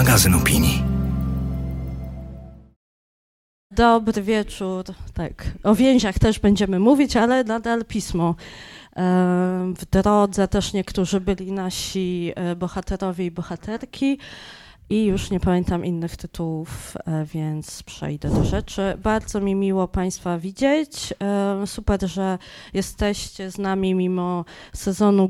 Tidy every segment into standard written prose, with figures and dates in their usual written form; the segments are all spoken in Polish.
magazyn opinii. Dobry wieczór. Tak, o więziach też będziemy mówić, ale nadal pismo. W drodze też niektórzy byli nasi bohaterowie i bohaterki i już nie pamiętam innych tytułów, więc przejdę do rzeczy. Bardzo mi miło Państwa widzieć. Super, że jesteście z nami mimo sezonu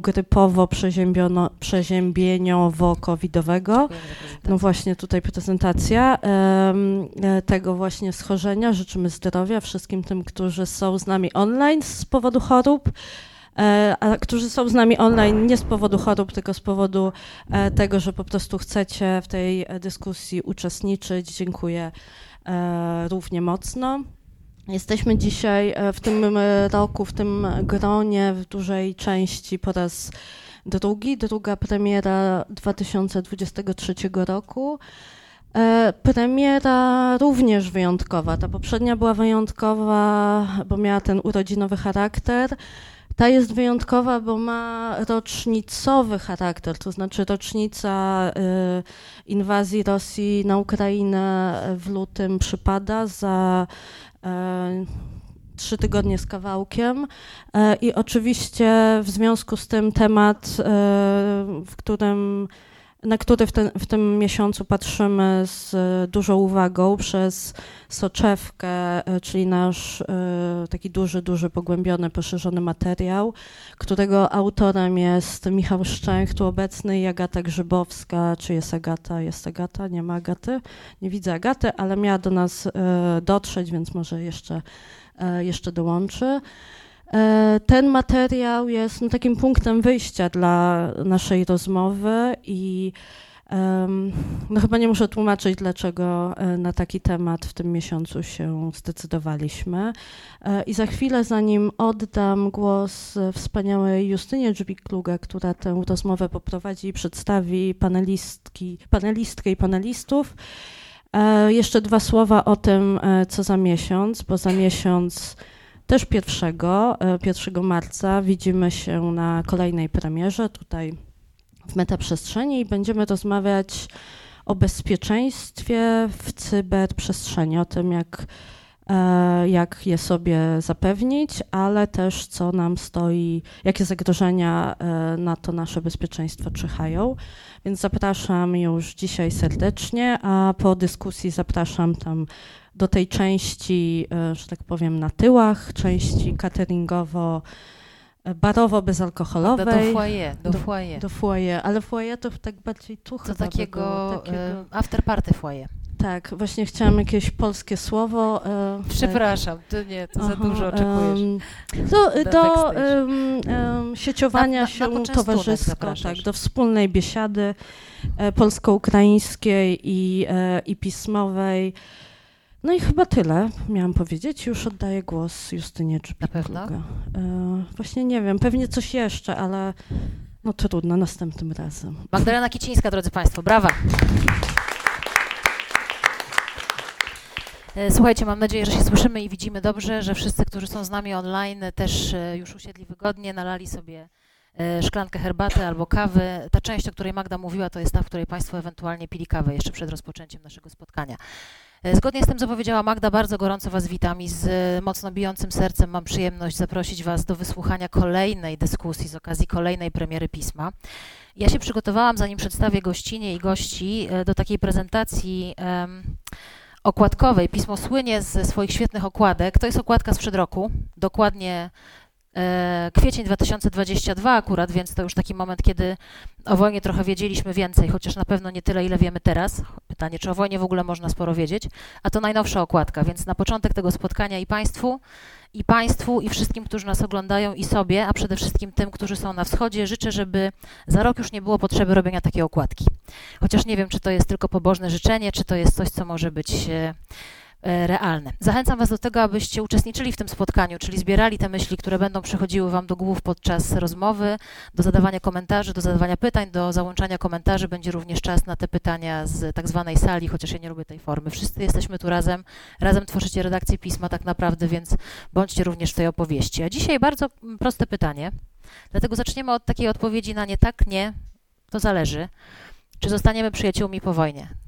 grypowo-przeziębieniowo-covidowego. No właśnie tutaj prezentacja tego właśnie schorzenia. Życzymy zdrowia wszystkim tym, którzy są z nami online z powodu chorób, a którzy są z nami online nie z powodu chorób, tylko z powodu tego, że po prostu chcecie w tej dyskusji uczestniczyć. Dziękuję równie mocno. Jesteśmy dzisiaj w tym roku, w tym gronie w dużej części po raz druga premiera 2023 roku. Premiera również wyjątkowa. Ta poprzednia była wyjątkowa, bo miała ten urodzinowy charakter. Ta jest wyjątkowa, bo ma rocznicowy charakter, to znaczy rocznica inwazji Rosji na Ukrainę w lutym przypada za 3 tygodnie z kawałkiem i oczywiście w związku z tym temat, na który w tym miesiącu patrzymy z dużą uwagą przez soczewkę, czyli nasz taki duży, pogłębiony, poszerzony materiał, którego autorem jest Michał Szczęch, tu obecny, i Agata Grzybowska. Czy jest Agata? Jest Agata? Nie ma Agaty? Nie widzę Agaty, ale miała do nas dotrzeć, więc może jeszcze dołączy. Ten materiał jest takim punktem wyjścia dla naszej rozmowy i chyba nie muszę tłumaczyć, dlaczego na taki temat w tym miesiącu się zdecydowaliśmy. I za chwilę, zanim oddam głos wspaniałej Justynie Dżbik-Kluge, która tę rozmowę poprowadzi i przedstawi panelistkę i panelistów, jeszcze 2 słowa o tym, co za miesiąc, bo za miesiąc też 1 marca widzimy się na kolejnej premierze tutaj w Metaprzestrzeni i będziemy rozmawiać o bezpieczeństwie w cyberprzestrzeni, o tym, jak je sobie zapewnić, ale też co nam stoi, jakie zagrożenia na to nasze bezpieczeństwo czyhają. Więc zapraszam już dzisiaj serdecznie, a po dyskusji zapraszam tam do tej części, że tak powiem, na tyłach, części cateringowo-barowo-bezalkoholowej. Do foyer, ale foyer to tak bardziej tu chyba. Do takiego afterparty foyer. Tak, właśnie chciałam jakieś polskie słowo. Przepraszam, to za dużo oczekujesz. Do sieciowania się towarzysko, tak, do wspólnej biesiady polsko-ukraińskiej i pismowej. No i chyba tyle miałam powiedzieć. Już oddaję głos Justynie Dżbik-Kluge. Właśnie nie wiem, pewnie coś jeszcze, ale no trudno, następnym razem. Magdalena Kicińska, drodzy Państwo, brawa. Słuchajcie, mam nadzieję, że się słyszymy i widzimy dobrze, że wszyscy, którzy są z nami online, też już usiedli wygodnie, nalali sobie szklankę herbaty albo kawy. Ta część, o której Magda mówiła, to jest ta, w której Państwo ewentualnie pili kawę jeszcze przed rozpoczęciem naszego spotkania. Zgodnie z tym, co powiedziała Magda, bardzo gorąco Was witam i z mocno bijącym sercem mam przyjemność zaprosić Was do wysłuchania kolejnej dyskusji z okazji kolejnej premiery pisma. Ja się przygotowałam, zanim przedstawię gościnie i gości, do takiej prezentacji okładkowej. Pismo słynie ze swoich świetnych okładek. To jest okładka sprzed roku, dokładnie kwiecień 2022 akurat, więc to już taki moment, kiedy o wojnie trochę wiedzieliśmy więcej, chociaż na pewno nie tyle, ile wiemy teraz. Pytanie, czy o wojnie w ogóle można sporo wiedzieć, a to najnowsza okładka, więc na początek tego spotkania i Państwu, i wszystkim, którzy nas oglądają, i sobie, a przede wszystkim tym, którzy są na wschodzie, życzę, żeby za rok już nie było potrzeby robienia takiej okładki. Chociaż nie wiem, czy to jest tylko pobożne życzenie, czy to jest coś, co może być realne. Zachęcam Was do tego, abyście uczestniczyli w tym spotkaniu, czyli zbierali te myśli, które będą przychodziły Wam do głów podczas rozmowy, do zadawania komentarzy, do zadawania pytań, do załączania komentarzy. Będzie również czas na te pytania z tak zwanej sali, chociaż ja nie lubię tej formy. Wszyscy jesteśmy tu razem tworzycie redakcję pisma tak naprawdę, więc bądźcie również w tej opowieści. A dzisiaj bardzo proste pytanie, dlatego zaczniemy od takiej odpowiedzi na nie tak, nie, to zależy. Czy zostaniemy przyjaciółmi po wojnie?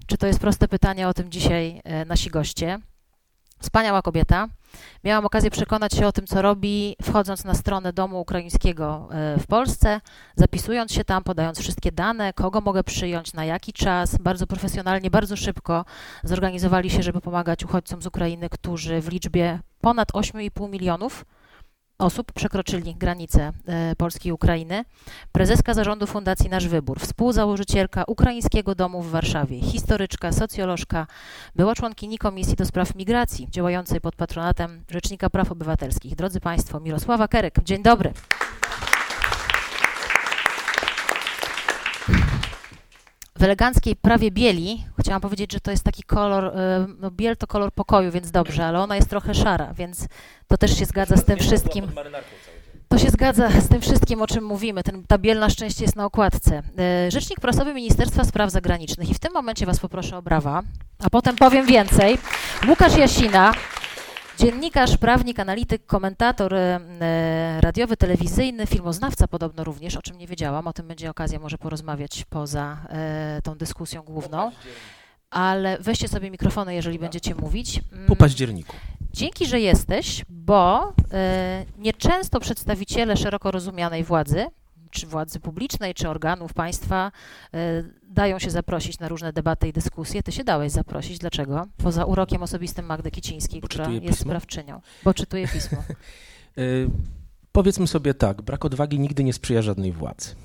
Czy to jest proste pytanie, o tym dzisiaj nasi goście. Wspaniała kobieta. Miałam okazję przekonać się o tym, co robi, wchodząc na stronę Domu Ukraińskiego w Polsce, zapisując się tam, podając wszystkie dane, kogo mogę przyjąć, na jaki czas. Bardzo profesjonalnie, bardzo szybko zorganizowali się, żeby pomagać uchodźcom z Ukrainy, którzy w liczbie ponad 8,5 milionów osób przekroczyli granicę Polski i Ukrainy. Prezeska zarządu Fundacji Nasz Wybór, współzałożycielka Ukraińskiego Domu w Warszawie, historyczka, socjolożka, była członkini Komisji do Spraw Migracji, działającej pod patronatem Rzecznika Praw Obywatelskich. Drodzy Państwo, Mirosława Kerek, dzień dobry. W eleganckiej prawie bieli, chciałam powiedzieć, że to jest taki kolor, no biel to kolor pokoju, więc dobrze, ale ona jest trochę szara, więc to też się zgadza z tym wszystkim. To się zgadza z tym wszystkim, o czym mówimy. Ta biel na szczęście jest na okładce. Rzecznik prasowy Ministerstwa Spraw Zagranicznych i w tym momencie was poproszę o brawa, a potem powiem więcej. Łukasz Jasina, dziennikarz, prawnik, analityk, komentator radiowy, telewizyjny, filmoznawca podobno również, o czym nie wiedziałam, o tym będzie okazja może porozmawiać poza tą dyskusją główną, ale weźcie sobie mikrofony, jeżeli będziecie mówić. Po październiku. Dzięki, że jesteś, bo nieczęsto przedstawiciele szeroko rozumianej władzy, czy władzy publicznej, czy organów państwa dają się zaprosić na różne debaty i dyskusje. Ty się dałeś zaprosić. Dlaczego? Poza urokiem osobistym Magdy Kicińskiej, która jest sprawczynią. Bo czytuje pismo. Powiedzmy sobie tak, brak odwagi nigdy nie sprzyja żadnej władzy.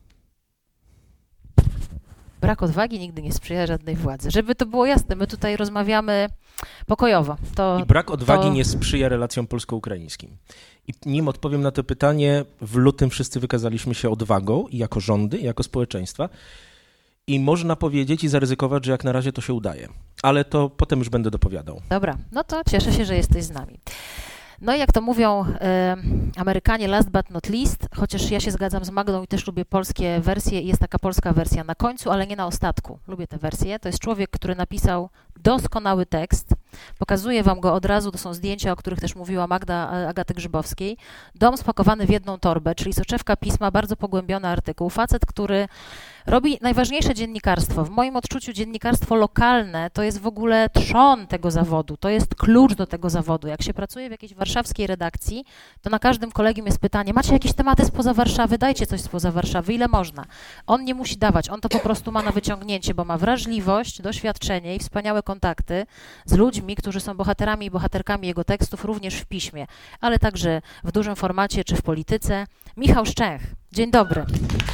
Brak odwagi nigdy nie sprzyja żadnej władzy. Żeby to było jasne, my tutaj rozmawiamy pokojowo. I brak odwagi nie sprzyja relacjom polsko-ukraińskim. I nim odpowiem na to pytanie, w lutym wszyscy wykazaliśmy się odwagą i jako rządy, i jako społeczeństwa. I można powiedzieć i zaryzykować, że jak na razie to się udaje. Ale to potem już będę dopowiadał. Dobra, no to cieszę się, że jesteś z nami. No i jak to mówią Amerykanie, last but not least, chociaż ja się zgadzam z Magdą i też lubię polskie wersje, jest taka polska wersja na końcu, ale nie na ostatku. Lubię tę wersję. To jest człowiek, który napisał doskonały tekst. Pokazuję wam go od razu, to są zdjęcia, o których też mówiła Magda Agaty Grzybowskiej. Dom spakowany w jedną torbę, czyli soczewka pisma, bardzo pogłębiony artykuł. Facet, który robi najważniejsze dziennikarstwo. W moim odczuciu dziennikarstwo lokalne to jest w ogóle trzon tego zawodu, to jest klucz do tego zawodu. Jak się pracuje w jakiejś warszawskiej redakcji, to na każdym kolegium jest pytanie, macie jakieś tematy spoza Warszawy, dajcie coś spoza Warszawy, ile można. On nie musi dawać, on to po prostu ma na wyciągnięcie, bo ma wrażliwość, doświadczenie i wspaniałe kontakty z ludźmi, którzy są bohaterami i bohaterkami jego tekstów, również w piśmie, ale także w dużym formacie czy w polityce. Michał Szczęch, dzień dobry.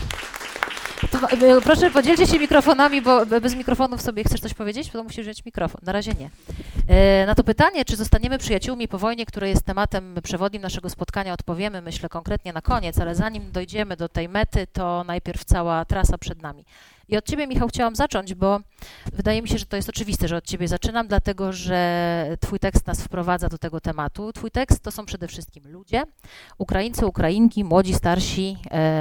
To, proszę, podzielcie się mikrofonami, bo bez mikrofonów sobie chcesz coś powiedzieć, to musisz wziąć mikrofon. Na razie nie. Na to pytanie, czy zostaniemy przyjaciółmi po wojnie, które jest tematem przewodnim naszego spotkania, odpowiemy, myślę, konkretnie na koniec, ale zanim dojdziemy do tej mety, to najpierw cała trasa przed nami. I od ciebie, Michał, chciałam zacząć, bo wydaje mi się, że to jest oczywiste, że od ciebie zaczynam, dlatego że twój tekst nas wprowadza do tego tematu. Twój tekst to są przede wszystkim ludzie, Ukraińcy, Ukrainki, młodzi, starsi,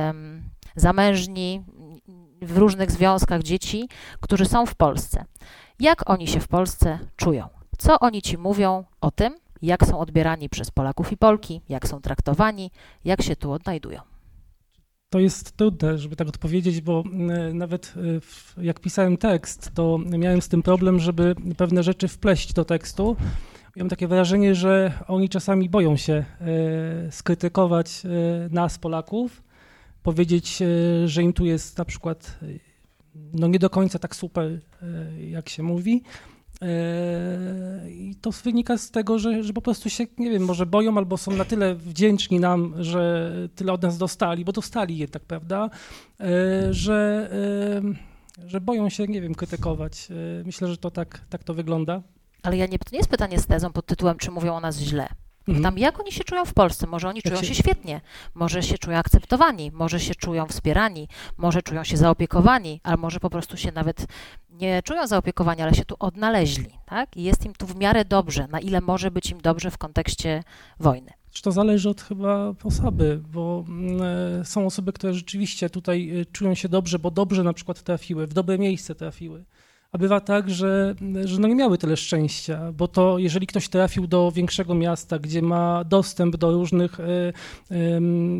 zamężni, w różnych związkach dzieci, którzy są w Polsce. Jak oni się w Polsce czują? Co oni ci mówią o tym, jak są odbierani przez Polaków i Polki, jak są traktowani, jak się tu odnajdują? To jest trudne, żeby tak odpowiedzieć, bo nawet jak pisałem tekst, to miałem z tym problem, żeby pewne rzeczy wpleść do tekstu. Miałem takie wrażenie, że oni czasami boją się skrytykować nas, Polaków, powiedzieć, że im tu jest na przykład no nie do końca tak super, jak się mówi. I to wynika z tego, że po prostu się, nie wiem, może boją albo są na tyle wdzięczni nam, że tyle od nas dostali, bo dostali je tak, prawda, że boją się, nie wiem, krytykować. Myślę, że to tak to wygląda. Ale to nie jest pytanie z tezą pod tytułem, czy mówią o nas źle. Tam jak oni się czują w Polsce? Może oni czują się świetnie, może się czują akceptowani, może się czują wspierani, może czują się zaopiekowani, ale może po prostu się nawet nie czują zaopiekowani, ale się tu odnaleźli, tak? I jest im tu w miarę dobrze, na ile może być im dobrze w kontekście wojny. To zależy od chyba osoby, bo są osoby, które rzeczywiście tutaj czują się dobrze, bo dobrze na przykład trafiły, w dobre miejsce trafiły. A bywa tak, że no nie miały tyle szczęścia, bo to jeżeli ktoś trafił do większego miasta, gdzie ma dostęp do różnych,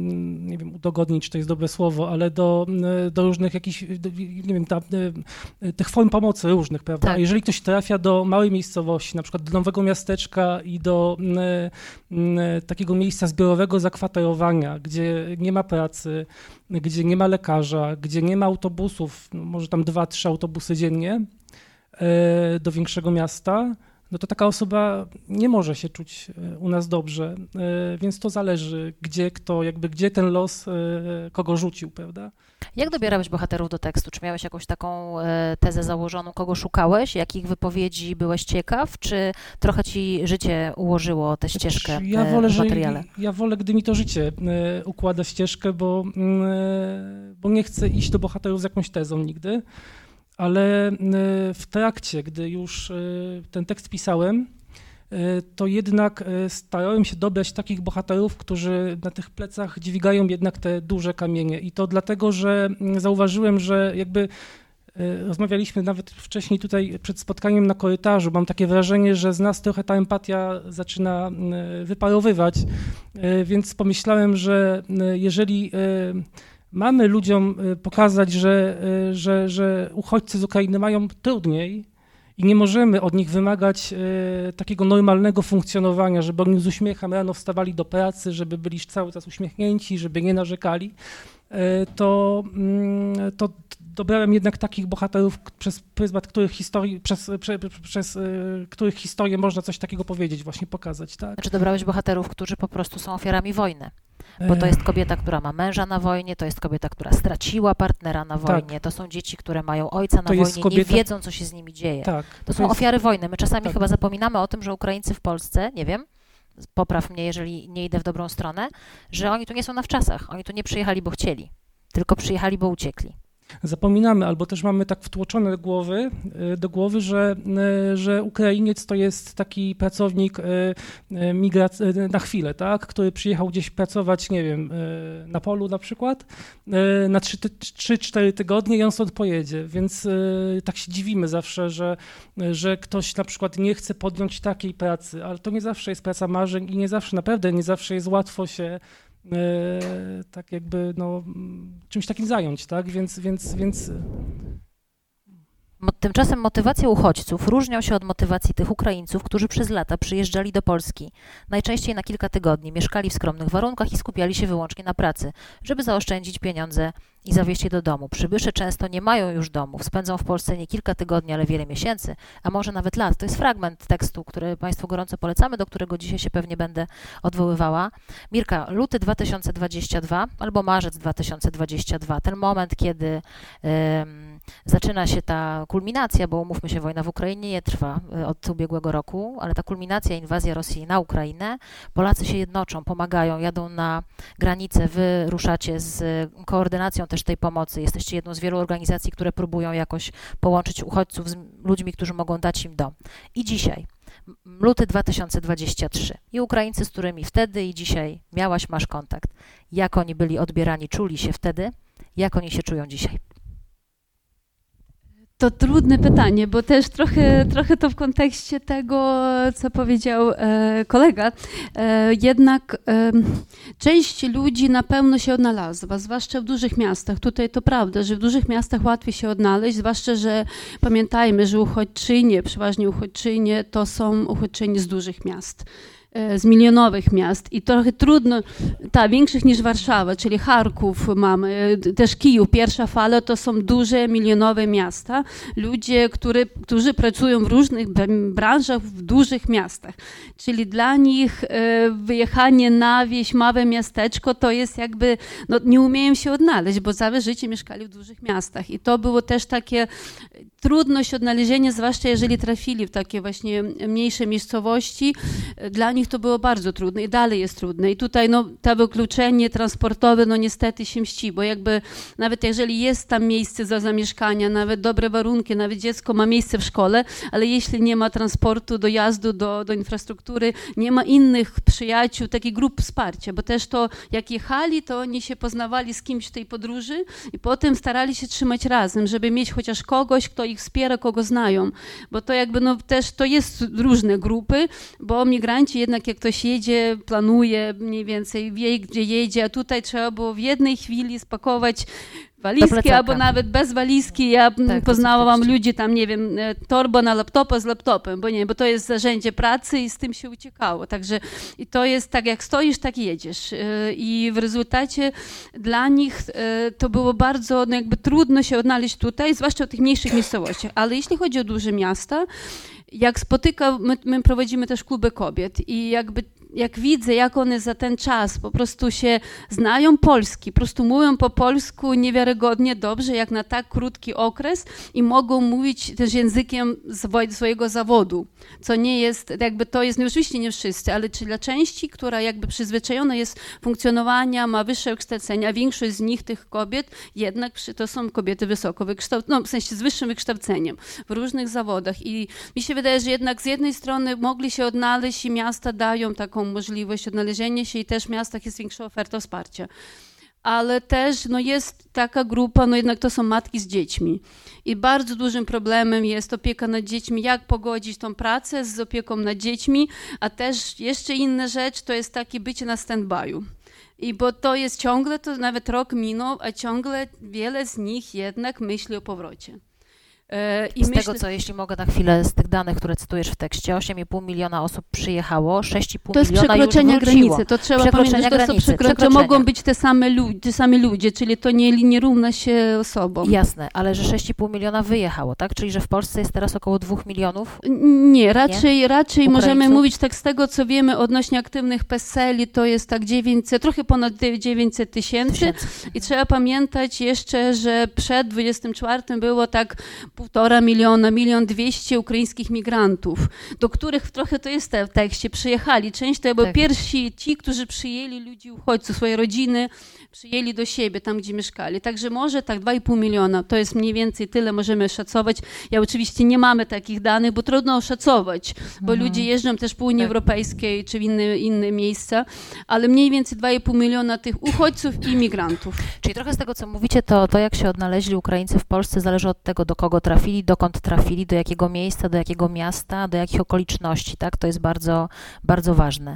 nie wiem, udogodnień, czy to jest dobre słowo, ale do różnych jakichś, nie wiem, tych form pomocy różnych, prawda? Tak. Jeżeli ktoś trafia do małej miejscowości, na przykład do nowego miasteczka i do takiego miejsca zbiorowego zakwaterowania, gdzie nie ma pracy, gdzie nie ma lekarza, gdzie nie ma autobusów, może tam 2-3 autobusy dziennie do większego miasta, no to taka osoba nie może się czuć u nas dobrze, więc to zależy, gdzie ten los kogo rzucił, prawda? Jak dobierałeś bohaterów do tekstu? Czy miałeś jakąś taką tezę założoną, kogo szukałeś, jakich wypowiedzi byłeś ciekaw, czy trochę ci życie ułożyło tę ścieżkę w materiale? Ja wolę, gdy mi to życie układa ścieżkę, bo nie chcę iść do bohaterów z jakąś tezą nigdy. Ale w trakcie, gdy już ten tekst pisałem, to jednak starałem się dobrać takich bohaterów, którzy na tych plecach dźwigają jednak te duże kamienie. I to dlatego, że zauważyłem, że jakby rozmawialiśmy nawet wcześniej tutaj przed spotkaniem na korytarzu. Mam takie wrażenie, że z nas trochę ta empatia zaczyna wyparowywać, więc pomyślałem, że jeżeli mamy ludziom pokazać, że uchodźcy z Ukrainy mają trudniej i nie możemy od nich wymagać takiego normalnego funkcjonowania, żeby oni z uśmiechem rano wstawali do pracy, żeby byli cały czas uśmiechnięci, żeby nie narzekali, to dobrałem jednak takich bohaterów, przez pryzmat których historię można coś takiego powiedzieć, właśnie pokazać. Tak? Znaczy dobrałeś bohaterów, którzy po prostu są ofiarami wojny. Bo to jest kobieta, która ma męża na wojnie, to jest kobieta, która straciła partnera na wojnie, to są dzieci, które mają ojca na wojnie, nie wiedzą, co się z nimi dzieje. Tak, to są ofiary wojny. My czasami chyba zapominamy o tym, że Ukraińcy w Polsce, nie wiem, popraw mnie, jeżeli nie idę w dobrą stronę, że oni tu nie są na wczasach, oni tu nie przyjechali, bo chcieli, tylko przyjechali, bo uciekli. Zapominamy, albo też mamy tak wtłoczone do głowy, że Ukrainiec to jest taki pracownik na chwilę, tak, który przyjechał gdzieś pracować, nie wiem, na polu na przykład, na 3-4 tygodnie i on stąd pojedzie, więc tak się dziwimy zawsze, że ktoś na przykład nie chce podjąć takiej pracy, ale to nie zawsze jest praca marzeń i naprawdę nie zawsze jest łatwo się tak jakby czymś takim zająć, tak? Więc Tymczasem motywacje uchodźców różnią się od motywacji tych Ukraińców, którzy przez lata przyjeżdżali do Polski, najczęściej na kilka tygodni, mieszkali w skromnych warunkach i skupiali się wyłącznie na pracy, żeby zaoszczędzić pieniądze i zawieźć je do domu. Przybysze często nie mają już domów, spędzą w Polsce nie kilka tygodni, ale wiele miesięcy, a może nawet lat. To jest fragment tekstu, który Państwu gorąco polecamy, do którego dzisiaj się pewnie będę odwoływała. Mirka, luty 2022 albo marzec 2022, ten moment, kiedy zaczyna się ta kulminacja, bo umówmy się, wojna w Ukrainie nie trwa od ubiegłego roku, ale ta kulminacja, inwazja Rosji na Ukrainę, Polacy się jednoczą, pomagają, jadą na granicę, wy ruszacie z koordynacją też tej pomocy. Jesteście jedną z wielu organizacji, które próbują jakoś połączyć uchodźców z ludźmi, którzy mogą dać im dom. I dzisiaj, luty 2023 i Ukraińcy, z którymi wtedy i dzisiaj masz kontakt, jak oni byli odbierani, czuli się wtedy, jak oni się czują dzisiaj? To trudne pytanie, bo też trochę to w kontekście tego, co powiedział kolega. Jednak część ludzi na pewno się odnalazła, zwłaszcza w dużych miastach. Tutaj to prawda, że w dużych miastach łatwiej się odnaleźć, zwłaszcza, że pamiętajmy, że przeważnie uchodźczynie to są uchodźczynie z dużych miast. Z milionowych miast i trochę trudno, większych niż Warszawa, czyli Charków mamy, też Kijów, pierwsza fala to są duże, milionowe miasta, ludzie, którzy pracują w różnych branżach w dużych miastach, czyli dla nich wyjechanie na wieś, małe miasteczko to jest jakby, nie umieją się odnaleźć, bo całe życie mieszkali w dużych miastach i to było też takie trudność odnalezienia, zwłaszcza jeżeli trafili w takie właśnie mniejsze miejscowości, dla nich to było bardzo trudne i dalej jest trudne. I tutaj to wykluczenie transportowe niestety się mści, bo jakby nawet jeżeli jest tam miejsce do zamieszkania, nawet dobre warunki, nawet dziecko ma miejsce w szkole, ale jeśli nie ma transportu, dojazdu do infrastruktury, nie ma innych przyjaciół, takich grup wsparcia, bo też to jak jechali, to oni się poznawali z kimś w tej podróży i potem starali się trzymać razem, żeby mieć chociaż kogoś, kto ich wspiera, kogo znają, bo to jakby no też to jest różne grupy, bo migranci jednak jak ktoś jedzie, planuje mniej więcej, wie gdzie jedzie, a tutaj trzeba było w jednej chwili spakować walizki, albo nawet bez walizki. Ja poznałam ludzi tam, nie wiem, torba na laptopa z laptopem, bo to jest narzędzie pracy i z tym się uciekało. Także i to jest tak, jak stoisz, tak jedziesz. I w rezultacie dla nich to było bardzo jakby trudno się odnaleźć tutaj, zwłaszcza w tych mniejszych miejscowościach. Ale jeśli chodzi o duże miasta, jak spotykam, my prowadzimy też kluby kobiet i jakby jak widzę, jak one za ten czas po prostu się znają polski, po prostu mówią po polsku niewiarygodnie dobrze, jak na tak krótki okres i mogą mówić też językiem swojego zawodu, co nie jest, jakby to jest, no oczywiście nie wszyscy, ale czy dla części, która jakby przyzwyczajona jest funkcjonowania, ma wyższe wykształcenie, a większość z nich, tych kobiet, jednak to są kobiety wysoko wykształcone, no w sensie z wyższym wykształceniem w różnych zawodach i mi się wydaje, że jednak z jednej strony mogli się odnaleźć i miasta dają taką możliwość odnalezienia się i też w miastach jest większa oferta wsparcia. Ale też no jest taka grupa, no jednak to są matki z dziećmi i bardzo dużym problemem jest opieka nad dziećmi, jak pogodzić tą pracę z opieką nad dziećmi, a też jeszcze inna rzecz to jest takie bycie na stand-by'u. I bo to jest ciągle, to nawet rok minął, a ciągle wiele z nich jednak myśli o powrocie. Tego, co jeśli mogę na chwilę z tych danych, które cytujesz w tekście, 8,5 miliona osób przyjechało, 6,5 to jest miliona przekroczenie już wróciło. granicy, to trzeba pamiętać, że to mogą być te same ludzie, czyli to nie równa się osobom. Jasne, ale że 6,5 miliona wyjechało, tak? Czyli że w Polsce jest teraz około 2 milionów? Nie, raczej możemy mówić tak z tego, co wiemy odnośnie aktywnych PESEL-i, to jest tak 900, trochę ponad 900 tysięcy i trzeba pamiętać jeszcze, że przed 24 było tak 1,5 miliona, 1,200,000 ukraińskich migrantów, do których trochę to jest w tekście, przyjechali. Część to byli pierwsi ci, którzy przyjęli ludzi, uchodźców, swoje rodziny, przyjęli do siebie, tam gdzie mieszkali. Także może tak 2,5 miliona, to jest mniej więcej tyle możemy szacować. Ja oczywiście nie mamy takich danych, bo trudno oszacować, bo ludzie jeżdżą też po Unii Europejskiej czy w inne miejsca, ale mniej więcej 2,5 miliona tych uchodźców i migrantów. Czyli trochę z tego, co mówicie, to jak się odnaleźli Ukraińcy w Polsce, zależy od tego, do kogo trafili, dokąd trafili, do jakiego miejsca, do jakiego miasta, do jakich okoliczności, tak? To jest bardzo, bardzo ważne.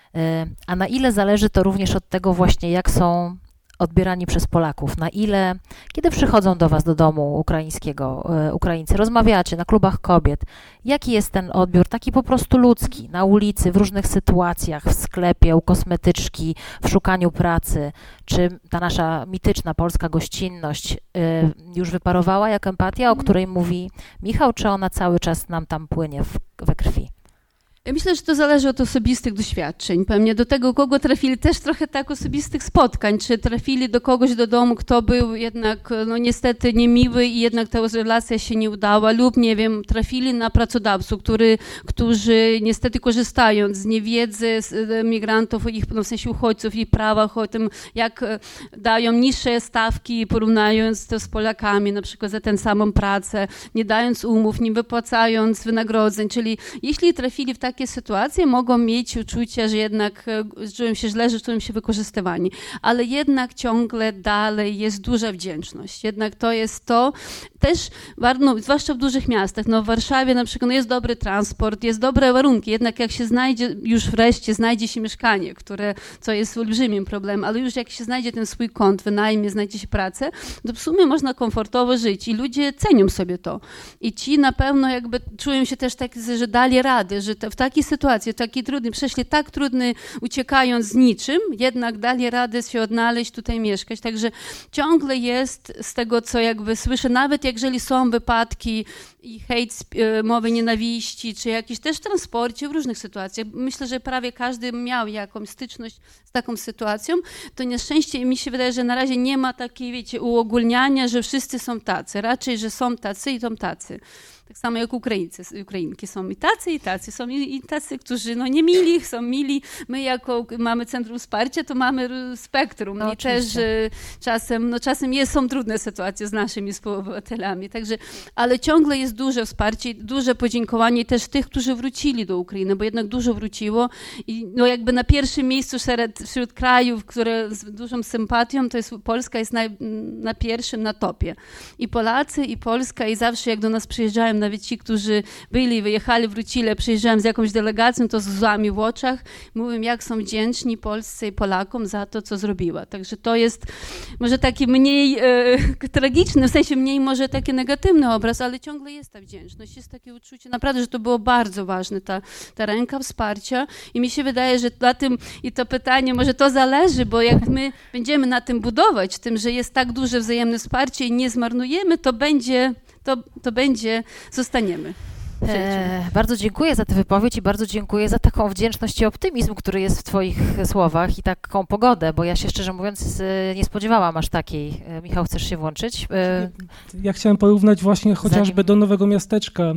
A na ile zależy to również od tego właśnie, jak są odbierani przez Polaków, na ile, kiedy przychodzą do was do domu Ukraińcy, rozmawiacie na klubach kobiet, jaki jest ten odbiór, taki po prostu ludzki, na ulicy, w różnych sytuacjach, w sklepie, u kosmetyczki, w szukaniu pracy, czy ta nasza mityczna polska gościnność już wyparowała jak empatia, o której mówi Michał, czy ona cały czas nam tam płynie we krwi? Ja myślę, że to zależy od osobistych doświadczeń. Pewnie do tego, kogo trafili, też trochę tak osobistych spotkań, czy trafili do kogoś do domu, kto był jednak no niestety niemiły i jednak ta relacja się nie udała, lub nie wiem, trafili na pracodawców, którzy niestety korzystając z niewiedzy migrantów, ich, no w sensie uchodźców, ich prawach, o tym, jak dają niższe stawki, porównując to z Polakami, na przykład za tę samą pracę, nie dając umów, nie wypłacając wynagrodzeń, czyli jeśli trafili w takie sytuacje, mogą mieć uczucie, że jednak czują się źle, że czują się wykorzystywani, ale jednak ciągle dalej jest duża wdzięczność. Jednak to jest to też, no, zwłaszcza w dużych miastach, no w Warszawie na przykład no jest dobry transport, jest dobre warunki, jednak jak się znajdzie, już wreszcie znajdzie się mieszkanie, co jest olbrzymim problemem, ale już jak się znajdzie ten swój kąt, wynajmie, znajdzie się pracę, to w sumie można komfortowo żyć i ludzie cenią sobie to. I ci na pewno jakby czują się też tak, że dali radę, że w takiej sytuacji, takiej trudnej, przeszli tak trudny, uciekając z niczym, jednak dali radę się odnaleźć, tutaj mieszkać. Także ciągle jest z tego, co jakby słyszę, nawet jeżeli są wypadki i hejt, mowy nienawiści, czy jakieś też w transporcie, w różnych sytuacjach. Myślę, że prawie każdy miał jakąś styczność z taką sytuacją. To nieszczęście mi się wydaje, że na razie nie ma takiej, wiecie, uogólniania, że wszyscy są tacy. Raczej, że są tacy i są tacy. Tak samo jak Ukrainki są i tacy, są i tacy, którzy nie mili, są mili. My jako mamy Centrum Wsparcia, to mamy spektrum. I też czasem są trudne sytuacje z naszymi współobywatelami. Także, ale ciągle jest duże wsparcie, duże podziękowanie też tych, którzy wrócili do Ukrainy, bo jednak dużo wróciło i jakby na pierwszym miejscu wśród krajów, które z dużą sympatią, to jest Polska jest na pierwszym, na topie. I Polacy, i Polska, i zawsze jak do nas przyjeżdżają, nawet ci, którzy byli, wyjechali, wrócili, przyjeżdżają z jakąś delegacją, to z łzami w oczach, mówią, jak są wdzięczni Polsce i Polakom za to, co zrobiła. Także to jest może taki mniej tragiczny, w sensie mniej może taki negatywny obraz, ale ciągle jest ta wdzięczność, jest takie uczucie, naprawdę, że to było bardzo ważne, ta ręka wsparcia i mi się wydaje, że na tym i to pytanie, może to zależy, bo jak my będziemy na tym budować, tym, że jest tak duże wzajemne wsparcie i nie zmarnujemy, to będzie, zostaniemy. Bardzo dziękuję za tę wypowiedź i bardzo dziękuję za taką wdzięczność i optymizm, który jest w twoich słowach i taką pogodę, bo ja się szczerze mówiąc nie spodziewałam aż takiej. Michał, chcesz się włączyć? Ja chciałem porównać właśnie chociażby do Nowego Miasteczka,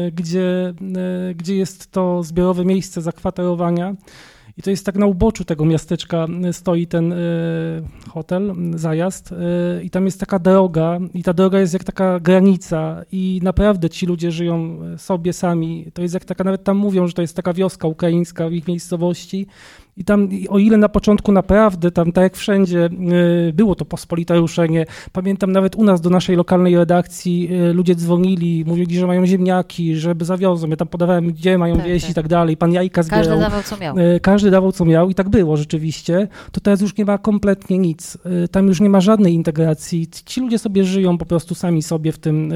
gdzie jest to zbiorowe miejsce zakwaterowania. I to jest tak na uboczu tego miasteczka stoi ten hotel, Zajazd i tam jest taka droga i ta droga jest jak taka granica i naprawdę ci ludzie żyją sobie sami. To jest jak taka, nawet tam mówią, że to jest taka wioska ukraińska w ich miejscowości. I tam, o ile na początku naprawdę, tam tak jak wszędzie, było to pospolite ruszenie. Pamiętam nawet u nas do naszej lokalnej redakcji ludzie dzwonili, mówili, że mają ziemniaki, żeby zawiozą. Ja tam podawałem, gdzie mają wieść i tak dalej. Pan jajka zbierał. Każdy dawał, co miał. Każdy dawał, co miał i tak było rzeczywiście. To teraz już nie ma kompletnie nic. Tam już nie ma żadnej integracji. Ci ludzie sobie żyją po prostu sami sobie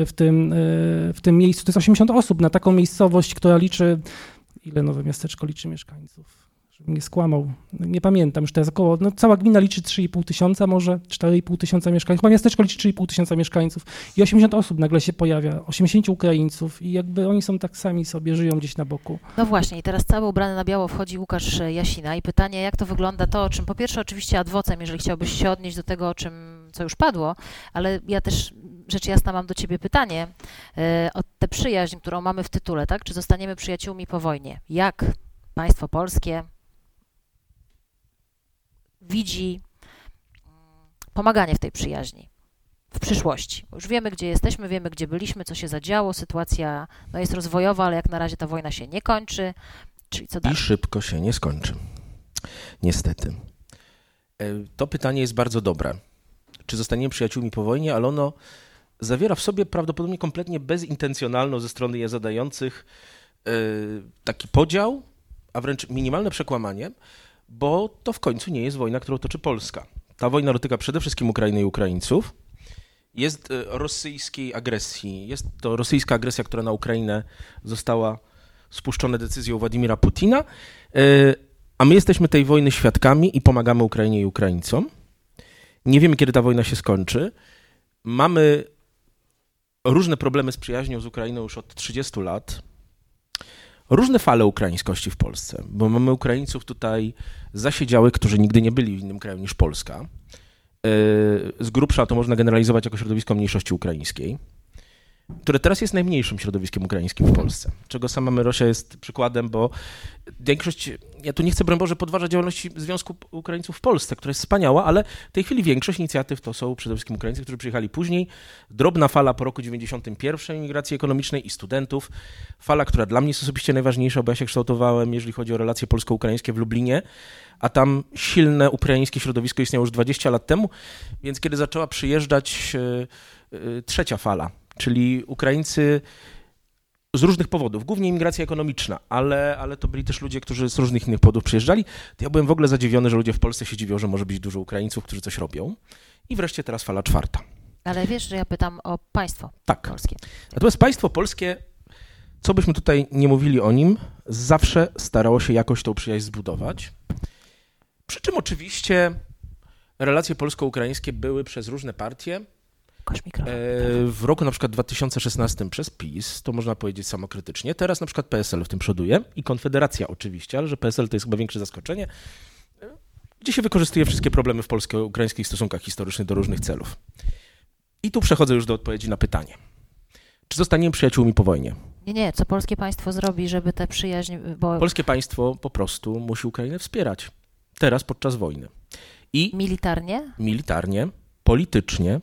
w tym miejscu. To jest 80 osób na taką miejscowość, która liczy... Ile Nowe Miasteczko liczy mieszkańców? Nie skłamał, nie pamiętam, już teraz około, cała gmina liczy 3,5 tysiąca, może 4,5 tysiąca mieszkańców, chyba miasteczko liczy 3,5 tysiąca mieszkańców i 80 osób nagle się pojawia, 80 Ukraińców i jakby oni są tak sami sobie, żyją gdzieś na boku. No właśnie i teraz cały ubrany na biało wchodzi Łukasz Jasina i pytanie, jak to wygląda to, o czym po pierwsze oczywiście ad vocem, jeżeli chciałbyś się odnieść do tego, co już padło, ale ja też rzecz jasna mam do ciebie pytanie o tę przyjaźń, którą mamy w tytule, tak? Czy zostaniemy przyjaciółmi po wojnie? Jak państwo polskie widzi pomaganie w tej przyjaźni w przyszłości? Już wiemy, gdzie jesteśmy, wiemy, gdzie byliśmy, co się zadziało, sytuacja jest rozwojowa, ale jak na razie ta wojna się nie kończy, czyli co dalej? I szybko się nie skończy. Niestety. To pytanie jest bardzo dobre. Czy zostaniemy przyjaciółmi po wojnie, ale ono zawiera w sobie prawdopodobnie kompletnie bezintencjonalną ze strony je zadających taki podział, a wręcz minimalne przekłamanie, bo to w końcu nie jest wojna, którą toczy Polska. Ta wojna dotyka przede wszystkim Ukrainy i Ukraińców. Jest rosyjskiej agresji. Jest to rosyjska agresja, która na Ukrainę została spuszczona decyzją Władimira Putina, a my jesteśmy tej wojny świadkami i pomagamy Ukrainie i Ukraińcom. Nie wiemy, kiedy ta wojna się skończy. Mamy różne problemy z przyjaźnią z Ukrainą już od 30 lat. Różne fale ukraińskości w Polsce, bo mamy Ukraińców tutaj zasiedziałych, którzy nigdy nie byli w innym kraju niż Polska. Z grubsza to można generalizować jako środowisko mniejszości ukraińskiej, które teraz jest najmniejszym środowiskiem ukraińskim w Polsce, czego sama Myrosia jest przykładem, bo większość, ja tu nie chcę, broń Boże, podważać działalności Związku Ukraińców w Polsce, która jest wspaniała, ale w tej chwili większość inicjatyw to są przede wszystkim Ukraińcy, którzy przyjechali później. Drobna fala po roku 91 imigracji ekonomicznej i studentów. Fala, która dla mnie jest osobiście najważniejsza, bo ja się kształtowałem, jeżeli chodzi o relacje polsko-ukraińskie w Lublinie, a tam silne ukraińskie środowisko istniało już 20 lat temu, więc kiedy zaczęła przyjeżdżać trzecia fala, czyli Ukraińcy z różnych powodów, głównie imigracja ekonomiczna, ale to byli też ludzie, którzy z różnych innych powodów przyjeżdżali. To ja byłem w ogóle zadziwiony, że ludzie w Polsce się dziwią, że może być dużo Ukraińców, którzy coś robią. I wreszcie teraz fala czwarta. Ale wiesz, że ja pytam o państwo polskie. Natomiast państwo polskie, co byśmy tutaj nie mówili o nim, zawsze starało się jakoś tą przyjaźń zbudować. Przy czym oczywiście relacje polsko-ukraińskie były przez różne partie. W roku na przykład 2016 przez PiS, to można powiedzieć samokrytycznie, teraz na przykład PSL w tym przoduje i Konfederacja oczywiście, ale że PSL to jest chyba większe zaskoczenie, gdzie się wykorzystuje wszystkie problemy w polsko-ukraińskich stosunkach historycznych do różnych celów. I tu przechodzę już do odpowiedzi na pytanie. Czy zostaniemy przyjaciółmi po wojnie? Nie, co polskie państwo zrobi, żeby tę przyjaźń... Bo... Polskie państwo po prostu musi Ukrainę wspierać. Teraz podczas wojny. I militarnie, politycznie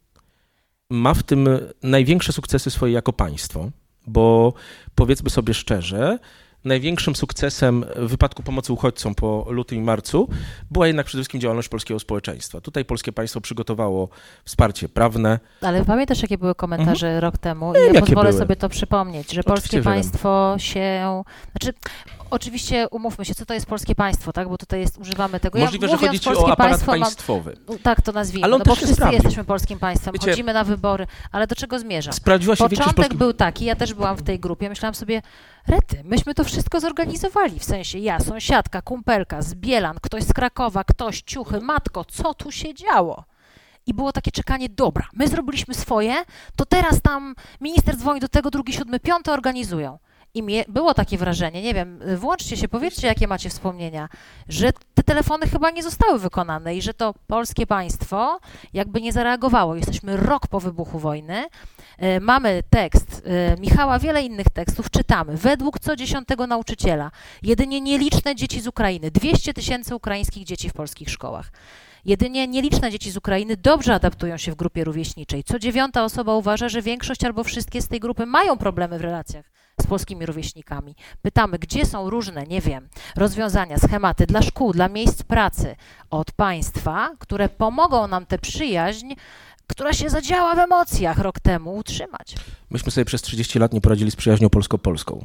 ma w tym największe sukcesy swoje jako państwo, bo powiedzmy sobie szczerze, największym sukcesem w wypadku pomocy uchodźcom po lutym i marcu była jednak przede wszystkim działalność polskiego społeczeństwa. Tutaj polskie państwo przygotowało wsparcie prawne. Ale pamiętasz, jakie były komentarze rok temu? I ja pozwolę sobie to przypomnieć, że polskie państwo się... Znaczy, oczywiście umówmy się, co to jest polskie państwo, tak? Bo tutaj używamy tego. Możliwe, że chodzi ci o aparat państwowy. Tak to nazwijmy, ale on bo wszyscy jesteśmy polskim państwem, Wiecie, chodzimy na wybory, ale do czego zmierzam? Sprawdziła się Początek był taki, ja też byłam w tej grupie, myślałam sobie, rety, myśmy to wszystko zorganizowali, w sensie ja, sąsiadka, kumpelka z Bielan, ktoś z Krakowa, ktoś, ciuchy, matko, co tu się działo? I było takie czekanie, dobra, my zrobiliśmy swoje, to teraz tam minister dzwoni do tego, drugi, siódmy, piąty organizują. I było takie wrażenie, nie wiem, włączcie się, powiedzcie, jakie macie wspomnienia, że te telefony chyba nie zostały wykonane i że to polskie państwo jakby nie zareagowało. Jesteśmy rok po wybuchu wojny, mamy tekst Michała, wiele innych tekstów, czytamy. Według co 10 nauczyciela jedynie nieliczne dzieci z Ukrainy, 200 000 ukraińskich dzieci w polskich szkołach. Jedynie nieliczne dzieci z Ukrainy dobrze adaptują się w grupie rówieśniczej. Co 9 osoba uważa, że większość albo wszystkie z tej grupy mają problemy w relacjach z polskimi rówieśnikami. Pytamy, gdzie są różne, nie wiem, rozwiązania, schematy dla szkół, dla miejsc pracy od państwa, które pomogą nam tę przyjaźń, która się zadziała w emocjach rok temu, utrzymać. Myśmy sobie przez 30 lat nie poradzili z przyjaźnią polsko-polską.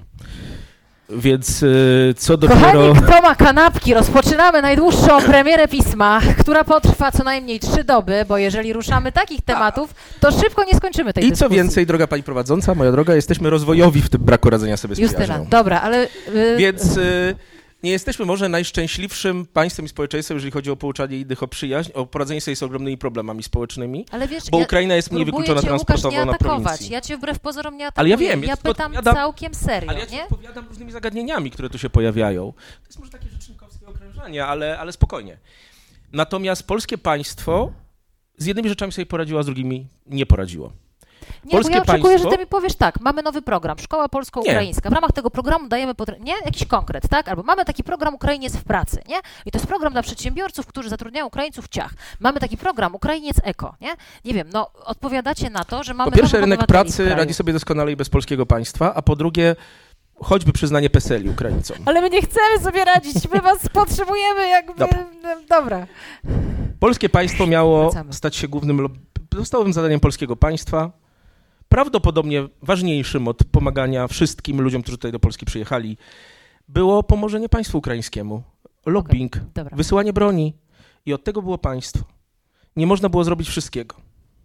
Więc co dopiero... Kochani, kto ma kanapki? Rozpoczynamy najdłuższą premierę pisma, która potrwa co najmniej 3 doby, bo jeżeli ruszamy takich tematów, to szybko nie skończymy tej dyskusji. I co więcej, droga pani prowadząca, moja droga, jesteśmy rozwojowi w tym braku radzenia sobie z przyjaźnią. Justyna, dobra, ale... Więc nie jesteśmy może najszczęśliwszym państwem i społeczeństwem, jeżeli chodzi o pouczanie innych o przyjaźń, o poradzenie sobie z ogromnymi problemami społecznymi, ale wiesz, bo Ukraina jest mniej wykluczona transportowo na prowincji. Ja cię wbrew pozorom nie atakuję, ale ja wiem, ja pytam całkiem serio, ale ja nie? odpowiadam różnymi zagadnieniami, które tu się pojawiają. To jest może takie rzecznikowskie okrężanie, ale spokojnie. Natomiast polskie państwo z jednymi rzeczami sobie poradziło, a z drugimi nie poradziło. Nie, polskie bo ja oczekuję, że ty mi powiesz tak, mamy nowy program, Szkoła Polsko-Ukraińska, w ramach tego programu dajemy, jakiś konkret, tak? Albo mamy taki program Ukrainiec w pracy, nie? I to jest program dla przedsiębiorców, którzy zatrudniają Ukraińców ciach. Mamy taki program Ukrainiec Eko, nie? Nie wiem, no odpowiadacie na to, że mamy... Po pierwsze, rynek pracy radzi sobie doskonale i bez polskiego państwa, a po drugie, choćby przyznanie PESEL-i Ukraińcom. Ale my nie chcemy sobie radzić, my was potrzebujemy jakby... Dobra. Polskie państwo miało stać się głównym, podstawowym zadaniem polskiego państwa, prawdopodobnie ważniejszym od pomagania wszystkim ludziom, którzy tutaj do Polski przyjechali, było pomożenie państwu ukraińskiemu, lobbying, wysyłanie broni i od tego było państwo. Nie można było zrobić wszystkiego.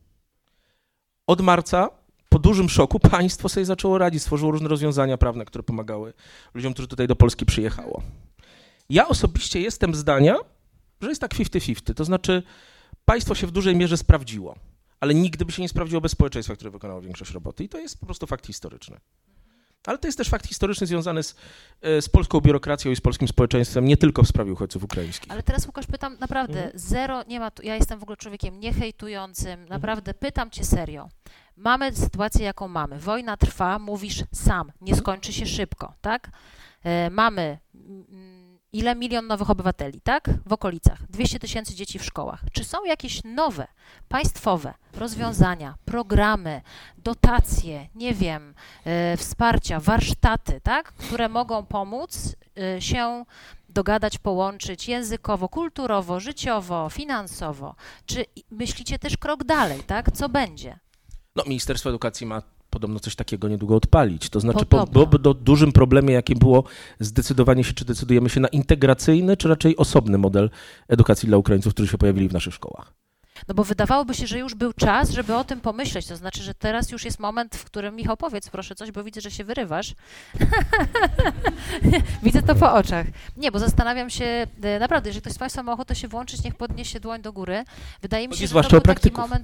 Od marca, po dużym szoku, państwo sobie zaczęło radzić, stworzyło różne rozwiązania prawne, które pomagały ludziom, którzy tutaj do Polski przyjechało. Ja osobiście jestem zdania, że jest tak 50-50, to znaczy państwo się w dużej mierze sprawdziło. Ale nigdy by się nie sprawdziło bez społeczeństwa, które wykonało większość roboty. I to jest po prostu fakt historyczny. Ale to jest też fakt historyczny związany z polską biurokracją i z polskim społeczeństwem, nie tylko w sprawie uchodźców ukraińskich. Ale teraz, Łukasz, pytam naprawdę, zero, nie ma tu, ja jestem w ogóle człowiekiem niehejtującym, naprawdę pytam cię serio. Mamy sytuację, jaką mamy. Wojna trwa, mówisz sam, nie skończy się szybko, tak? Mamy... Ile? 1 000 000 nowych obywateli, tak? W okolicach. 200 000 dzieci w szkołach. Czy są jakieś nowe, państwowe rozwiązania, programy, dotacje, nie wiem, wsparcia, warsztaty, tak? Które mogą pomóc się dogadać, połączyć językowo, kulturowo, życiowo, finansowo? Czy myślicie też krok dalej, tak? Co będzie? No, Ministerstwo Edukacji ma podobno coś takiego niedługo odpalić. To znaczy byłoby dużym problemie, jakim było zdecydowanie się, czy decydujemy się na integracyjny, czy raczej osobny model edukacji dla Ukraińców, którzy się pojawili w naszych szkołach. No bo wydawałoby się, że już był czas, żeby o tym pomyśleć. To znaczy, że teraz już jest moment, w którym, Michał, powiedz proszę coś, bo widzę, że się wyrywasz. Widzę to po oczach. Nie, bo zastanawiam się, naprawdę, jeżeli ktoś z Państwa ma ochotę się włączyć, niech podniesie dłoń do góry. Wydaje mi się, że to był taki moment...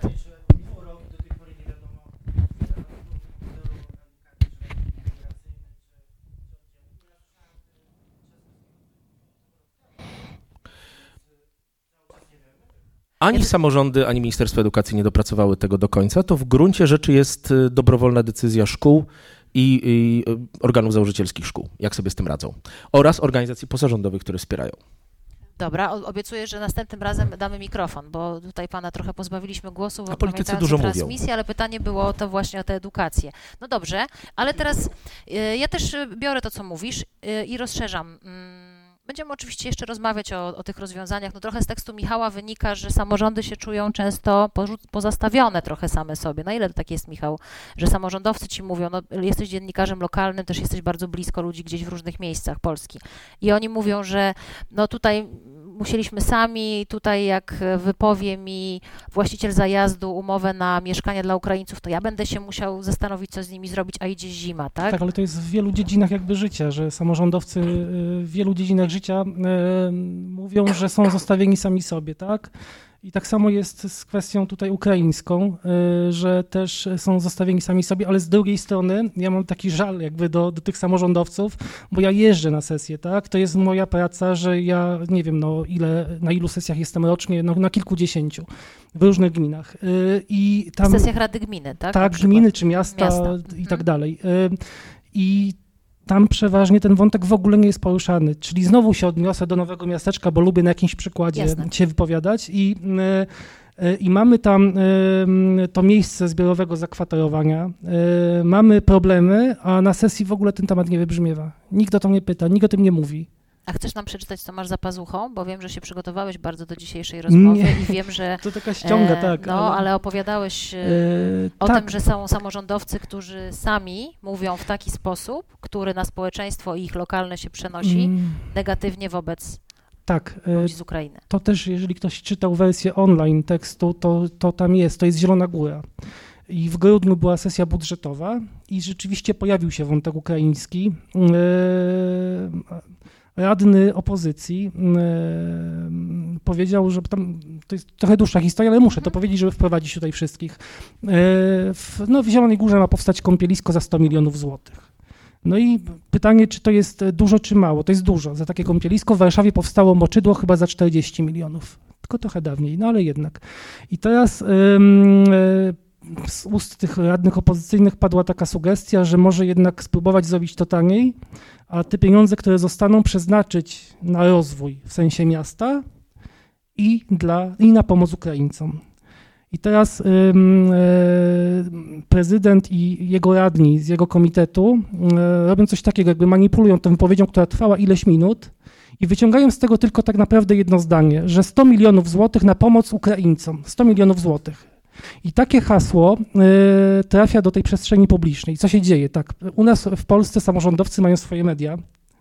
Ani samorządy, ani Ministerstwo Edukacji nie dopracowały tego do końca. To w gruncie rzeczy jest dobrowolna decyzja szkół i organów założycielskich szkół, jak sobie z tym radzą. Oraz organizacji pozarządowych, które wspierają. Dobra, obiecuję, że następnym razem damy mikrofon, bo tutaj pana trochę pozbawiliśmy głosu. A politycy dużo mówią. Ale pytanie było to właśnie o tę edukację. No dobrze, ale teraz ja też biorę to, co mówisz i rozszerzam. Będziemy oczywiście jeszcze rozmawiać o tych rozwiązaniach. No trochę z tekstu Michała wynika, że samorządy się czują często pozastawione trochę same sobie. Na ile to tak jest, Michał, że samorządowcy ci mówią, no jesteś dziennikarzem lokalnym, też jesteś bardzo blisko ludzi gdzieś w różnych miejscach Polski. I oni mówią, że no tutaj musieliśmy sami, tutaj jak wypowie mi właściciel zajazdu umowę na mieszkanie dla Ukraińców, to ja będę się musiał zastanowić, co z nimi zrobić, a idzie zima, tak? Tak, ale to jest w wielu dziedzinach jakby życia, że samorządowcy w wielu dziedzinach życia mówią, że są zostawieni sami sobie, tak? I tak samo jest z kwestią tutaj ukraińską, że też są zostawieni sami sobie, ale z drugiej strony ja mam taki żal jakby do tych samorządowców, bo ja jeżdżę na sesję, tak? To jest moja praca, że ja nie wiem, no na ilu sesjach jestem rocznie, no na kilkudziesięciu w różnych gminach. I tam, w sesjach Rady Gminy, tak? Tak, gminy czy miasta i tak dalej. I tam przeważnie ten wątek w ogóle nie jest poruszany, czyli znowu się odniosę do Nowego Miasteczka, bo lubię na jakimś przykładzie się wypowiadać i mamy tam to miejsce zbiorowego zakwaterowania, mamy problemy, a na sesji w ogóle ten temat nie wybrzmiewa. Nikt o to nie pyta, nikt o tym nie mówi. A chcesz nam przeczytać, co masz za pazuchą? Bo wiem, że się przygotowałeś bardzo do dzisiejszej rozmowy i wiem, że... To taka ściąga, tak. No, ale opowiadałeś o tym, że są samorządowcy, którzy sami mówią w taki sposób, który na społeczeństwo i ich lokalne się przenosi negatywnie wobec ludzi z Ukrainy. To też, jeżeli ktoś czytał wersję online tekstu, to tam jest, to jest Zielona Góra. I w grudniu była sesja budżetowa i rzeczywiście pojawił się wątek ukraiński. Radny opozycji powiedział, że tam, to jest trochę dłuższa historia, ale muszę to powiedzieć, żeby wprowadzić tutaj wszystkich. W Zielonej Górze ma powstać kąpielisko za 100 milionów złotych. No i pytanie, czy to jest dużo, czy mało? To jest dużo. Za takie kąpielisko w Warszawie powstało moczydło chyba za 40 milionów. Tylko trochę dawniej, no ale jednak. I teraz z ust tych radnych opozycyjnych padła taka sugestia, że może jednak spróbować zrobić to taniej, a te pieniądze, które zostaną, przeznaczyć na rozwój w sensie miasta i na pomoc Ukraińcom. I teraz prezydent i jego radni z jego komitetu robią coś takiego, jakby manipulują tą wypowiedzią, która trwała ileś minut i wyciągają z tego tylko tak naprawdę jedno zdanie, że 100 milionów złotych na pomoc Ukraińcom, 100 milionów złotych. I takie hasło trafia do tej przestrzeni publicznej. Co się dzieje? Tak, u nas w Polsce samorządowcy mają swoje media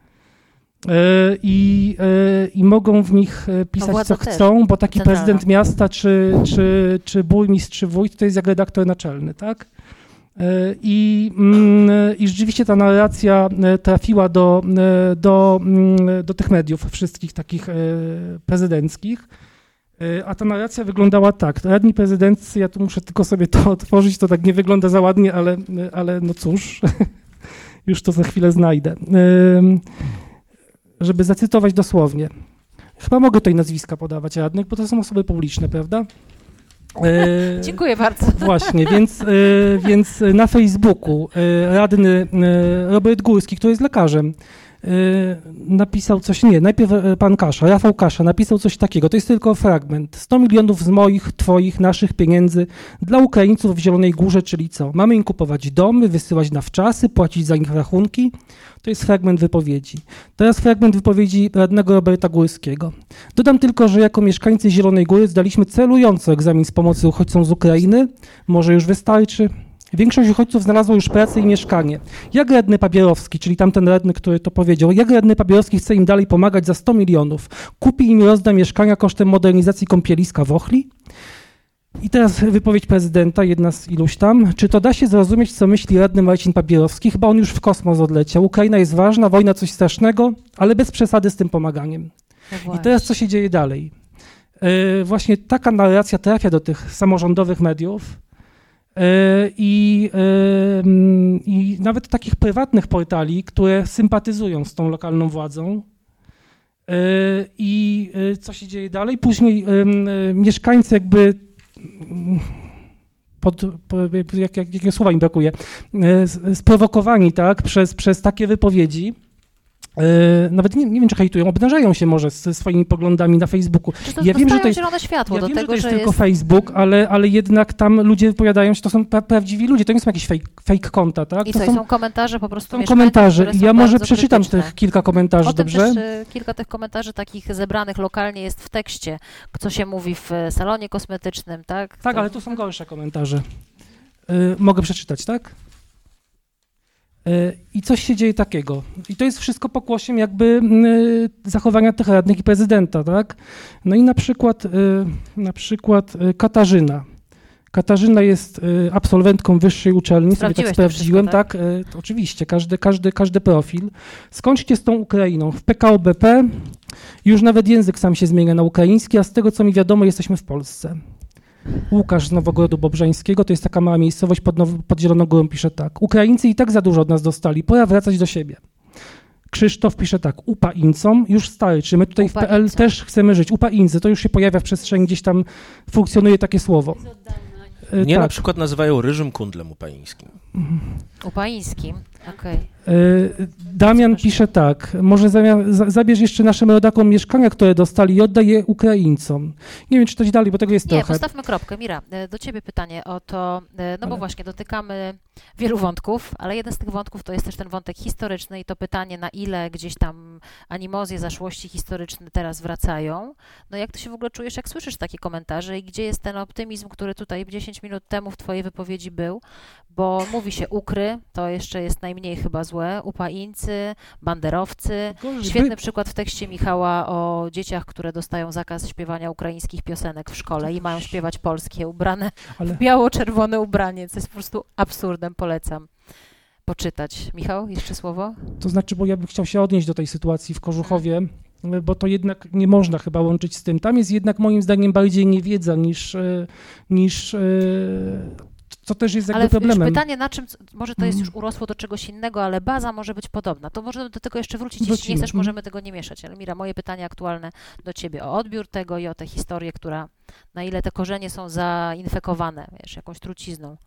i mogą w nich pisać, co chcą, bo taki prezydent miasta, czy burmistrz, czy wójt to jest jak redaktor naczelny, tak? I rzeczywiście ta narracja trafiła do tych mediów wszystkich takich prezydenckich. A ta narracja wyglądała tak. Radni prezydenccy, ja tu muszę tylko sobie to otworzyć, to tak nie wygląda za ładnie, ale no cóż, już to za chwilę znajdę. Żeby zacytować dosłownie. Chyba mogę tutaj nazwiska podawać radnych, bo to są osoby publiczne, prawda? Dziękuję bardzo. Właśnie, więc na Facebooku radny Robert Górski, który jest lekarzem, napisał coś, najpierw pan Kasza, Rafał Kasza napisał coś takiego, to jest tylko fragment. 100 milionów z moich, twoich, naszych pieniędzy dla Ukraińców w Zielonej Górze, czyli co? Mamy im kupować domy, wysyłać na wczasy, płacić za nich rachunki? To jest fragment wypowiedzi. Teraz fragment wypowiedzi radnego Roberta Górskiego. Dodam tylko, że jako mieszkańcy Zielonej Góry zdaliśmy celująco egzamin z pomocy uchodźcom z Ukrainy. Może już wystarczy? Większość uchodźców znalazło już pracę i mieszkanie. Jak radny Papierowski, czyli tamten radny, który to powiedział, jak radny Papierowski chce im dalej pomagać za 100 milionów? Kupi im i rozda mieszkania kosztem modernizacji kąpieliska w Ochli? I teraz wypowiedź prezydenta, jedna z iluś tam. Czy to da się zrozumieć, co myśli radny Marcin Papierowski? Chyba on już w kosmos odleciał. Ukraina jest ważna, wojna coś strasznego, ale bez przesady z tym pomaganiem. No i teraz co się dzieje dalej? Właśnie taka narracja trafia do tych samorządowych mediów, i nawet takich prywatnych portali, które sympatyzują z tą lokalną władzą. I co się dzieje dalej? Później mieszkańcy jakby jakiego słowa im brakuje, sprowokowani, tak, przez takie wypowiedzi, nawet nie wiem, czy hejtują, obnażają się może ze swoimi poglądami na Facebooku. Ja wiem, że to jest zielone światło do tego, że to jest tylko Facebook, ale jednak tam ludzie wypowiadają się, to są prawdziwi ludzie, to nie są jakieś fake konta, tak? I są komentarze po prostu mieszkańców, komentarze. Ja może przeczytam tych kilka komentarzy, dobrze? Też, kilka tych komentarzy takich zebranych lokalnie jest w tekście, co się mówi w salonie kosmetycznym, tak? Tak, ale tu są gorsze komentarze. Mogę przeczytać, tak? I coś się dzieje takiego. I to jest wszystko pokłosiem jakby zachowania tych radnych i prezydenta, tak? No i na przykład Katarzyna. Katarzyna jest absolwentką wyższej uczelni, sobie tak sprawdziłem, wszystko, tak? Oczywiście, każdy profil. Skończcie z tą Ukrainą. W PKO BP już nawet język sam się zmienia na ukraiński, a z tego, co mi wiadomo, jesteśmy w Polsce. Łukasz z Nowogrodu Bobrzańskiego, to jest taka mała miejscowość pod Zieloną Górą, pisze tak. Ukraińcy i tak za dużo od nas dostali, pora wracać do siebie. Krzysztof pisze tak, Ukraińcom już starczy, my tutaj w PL też chcemy żyć. Ukraińcy, to już się pojawia w przestrzeni, gdzieś tam funkcjonuje takie słowo. Mnie tak na przykład nazywają ryżym kundlem upaińskim. Upaińskim, okej. Damian pisze tak, może zabierz jeszcze naszym rodakom mieszkania, które dostali i oddaj je Ukraińcom. Nie wiem, czy coś dalej, bo tego jest trochę. Nie, postawmy kropkę. Mira, do ciebie pytanie o to, bo właśnie dotykamy wielu wątków, ale jeden z tych wątków to jest też ten wątek historyczny i to pytanie, na ile gdzieś tam animozje, zaszłości historyczne teraz wracają. No jak ty się w ogóle czujesz, jak słyszysz takie komentarze i gdzie jest ten optymizm, który tutaj 10 minut temu w twojej wypowiedzi był, bo mówi się ukry, to jeszcze jest najmniej chyba złe, upaińcy, banderowcy. Świetny przykład w tekście Michała o dzieciach, które dostają zakaz śpiewania ukraińskich piosenek w szkole i mają śpiewać polskie, ubrane w biało-czerwone ubranie, co jest po prostu absurdem, polecam poczytać. Michał, jeszcze słowo? To znaczy, bo ja bym chciał się odnieść do tej sytuacji w Kożuchowie, bo to jednak nie można chyba łączyć z tym. Tam jest jednak moim zdaniem bardziej niewiedza niż co też jest jakby problemem. Ale pytanie, na czym, może to jest już urosło do czegoś innego, ale baza może być podobna. To możemy do tego jeszcze wrócić, jeśli nie chcesz, możemy tego nie mieszać. Ale Mira, moje pytanie aktualne do ciebie o odbiór tego i o tę historię, która, na ile te korzenie są zainfekowane, wiesz, jakąś trucizną.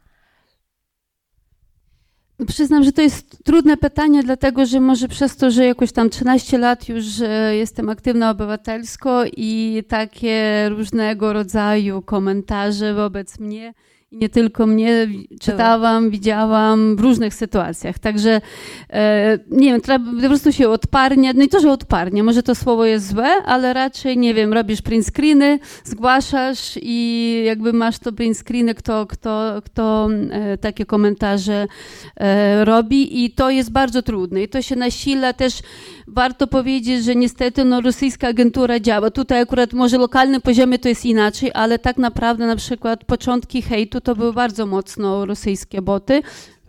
Przyznam, że to jest trudne pytanie, dlatego że może przez to, że jakoś tam 13 lat już jestem aktywna obywatelsko i takie różnego rodzaju komentarze wobec mnie i nie tylko mnie czytałam, widziałam w różnych sytuacjach. Także nie wiem, trzeba po prostu się odparnia, no i to, że odparnia, może to słowo jest złe, ale raczej, nie wiem, robisz print screeny, zgłaszasz i jakby masz to print screeny, kto takie komentarze robi i to jest bardzo trudne i to się nasila też. Warto powiedzieć, że niestety rosyjska agentura działa. Tutaj akurat może lokalnym poziomie to jest inaczej, ale tak naprawdę na przykład początki hejtu to były bardzo mocno rosyjskie boty.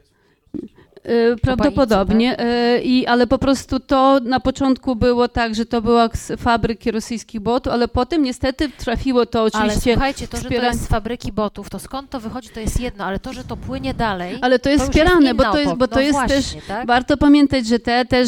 Prawdopodobnie, ale po prostu to na początku było tak, że to była z fabryki rosyjskich botów, ale potem niestety trafiło to oczywiście... Ale słuchajcie, to, że to jest z fabryki botów, to skąd to wychodzi, to jest jedno, ale to, że to płynie dalej... Ale to jest wspierane, bo to jest właśnie, też... Tak? Warto pamiętać, że te też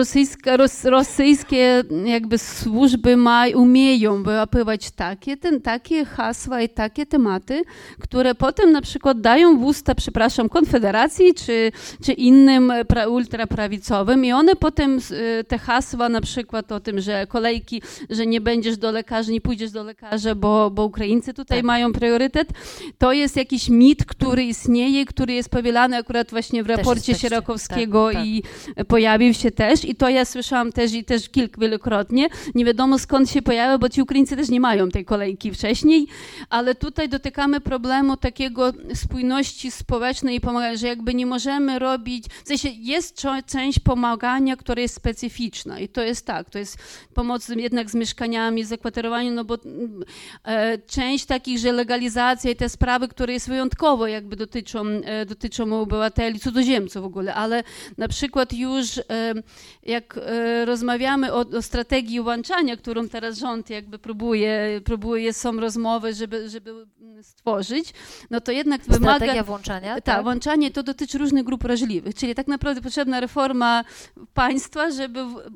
rosyjskie jakby służby umieją wyłapywać takie hasła i takie tematy, które potem na przykład dają w usta, Konfederacji czy innym ultraprawicowym i one potem te hasła na przykład o tym, że kolejki, że nie będziesz do lekarza, nie pójdziesz do lekarza, bo Ukraińcy tutaj mają priorytet, to jest jakiś mit, który istnieje, który jest powielany akurat właśnie w raporcie Sierakowskiego i pojawił się też i to ja słyszałam też wielokrotnie. Nie wiadomo skąd się pojawia, bo ci Ukraińcy też nie mają tej kolejki wcześniej, ale tutaj dotykamy problemu takiego spójności społecznej i pomagania, że jakby nie możemy robić, w sensie jest część pomagania, która jest specyficzna i to jest tak, to jest pomoc jednak z mieszkaniami, z zakwaterowaniem, bo część takich, że legalizacja i te sprawy, które jest wyjątkowo jakby dotyczą obywateli, cudzoziemców w ogóle, ale na przykład już jak rozmawiamy o strategii włączania, którą teraz rząd jakby próbuje, są rozmowy, żeby stworzyć, no to jednak wymaga... Strategia włączania? Tak, włączanie to dotyczy różnych grup wrażliwych. wrażliwych, czyli tak naprawdę potrzebna reforma państwa, żeby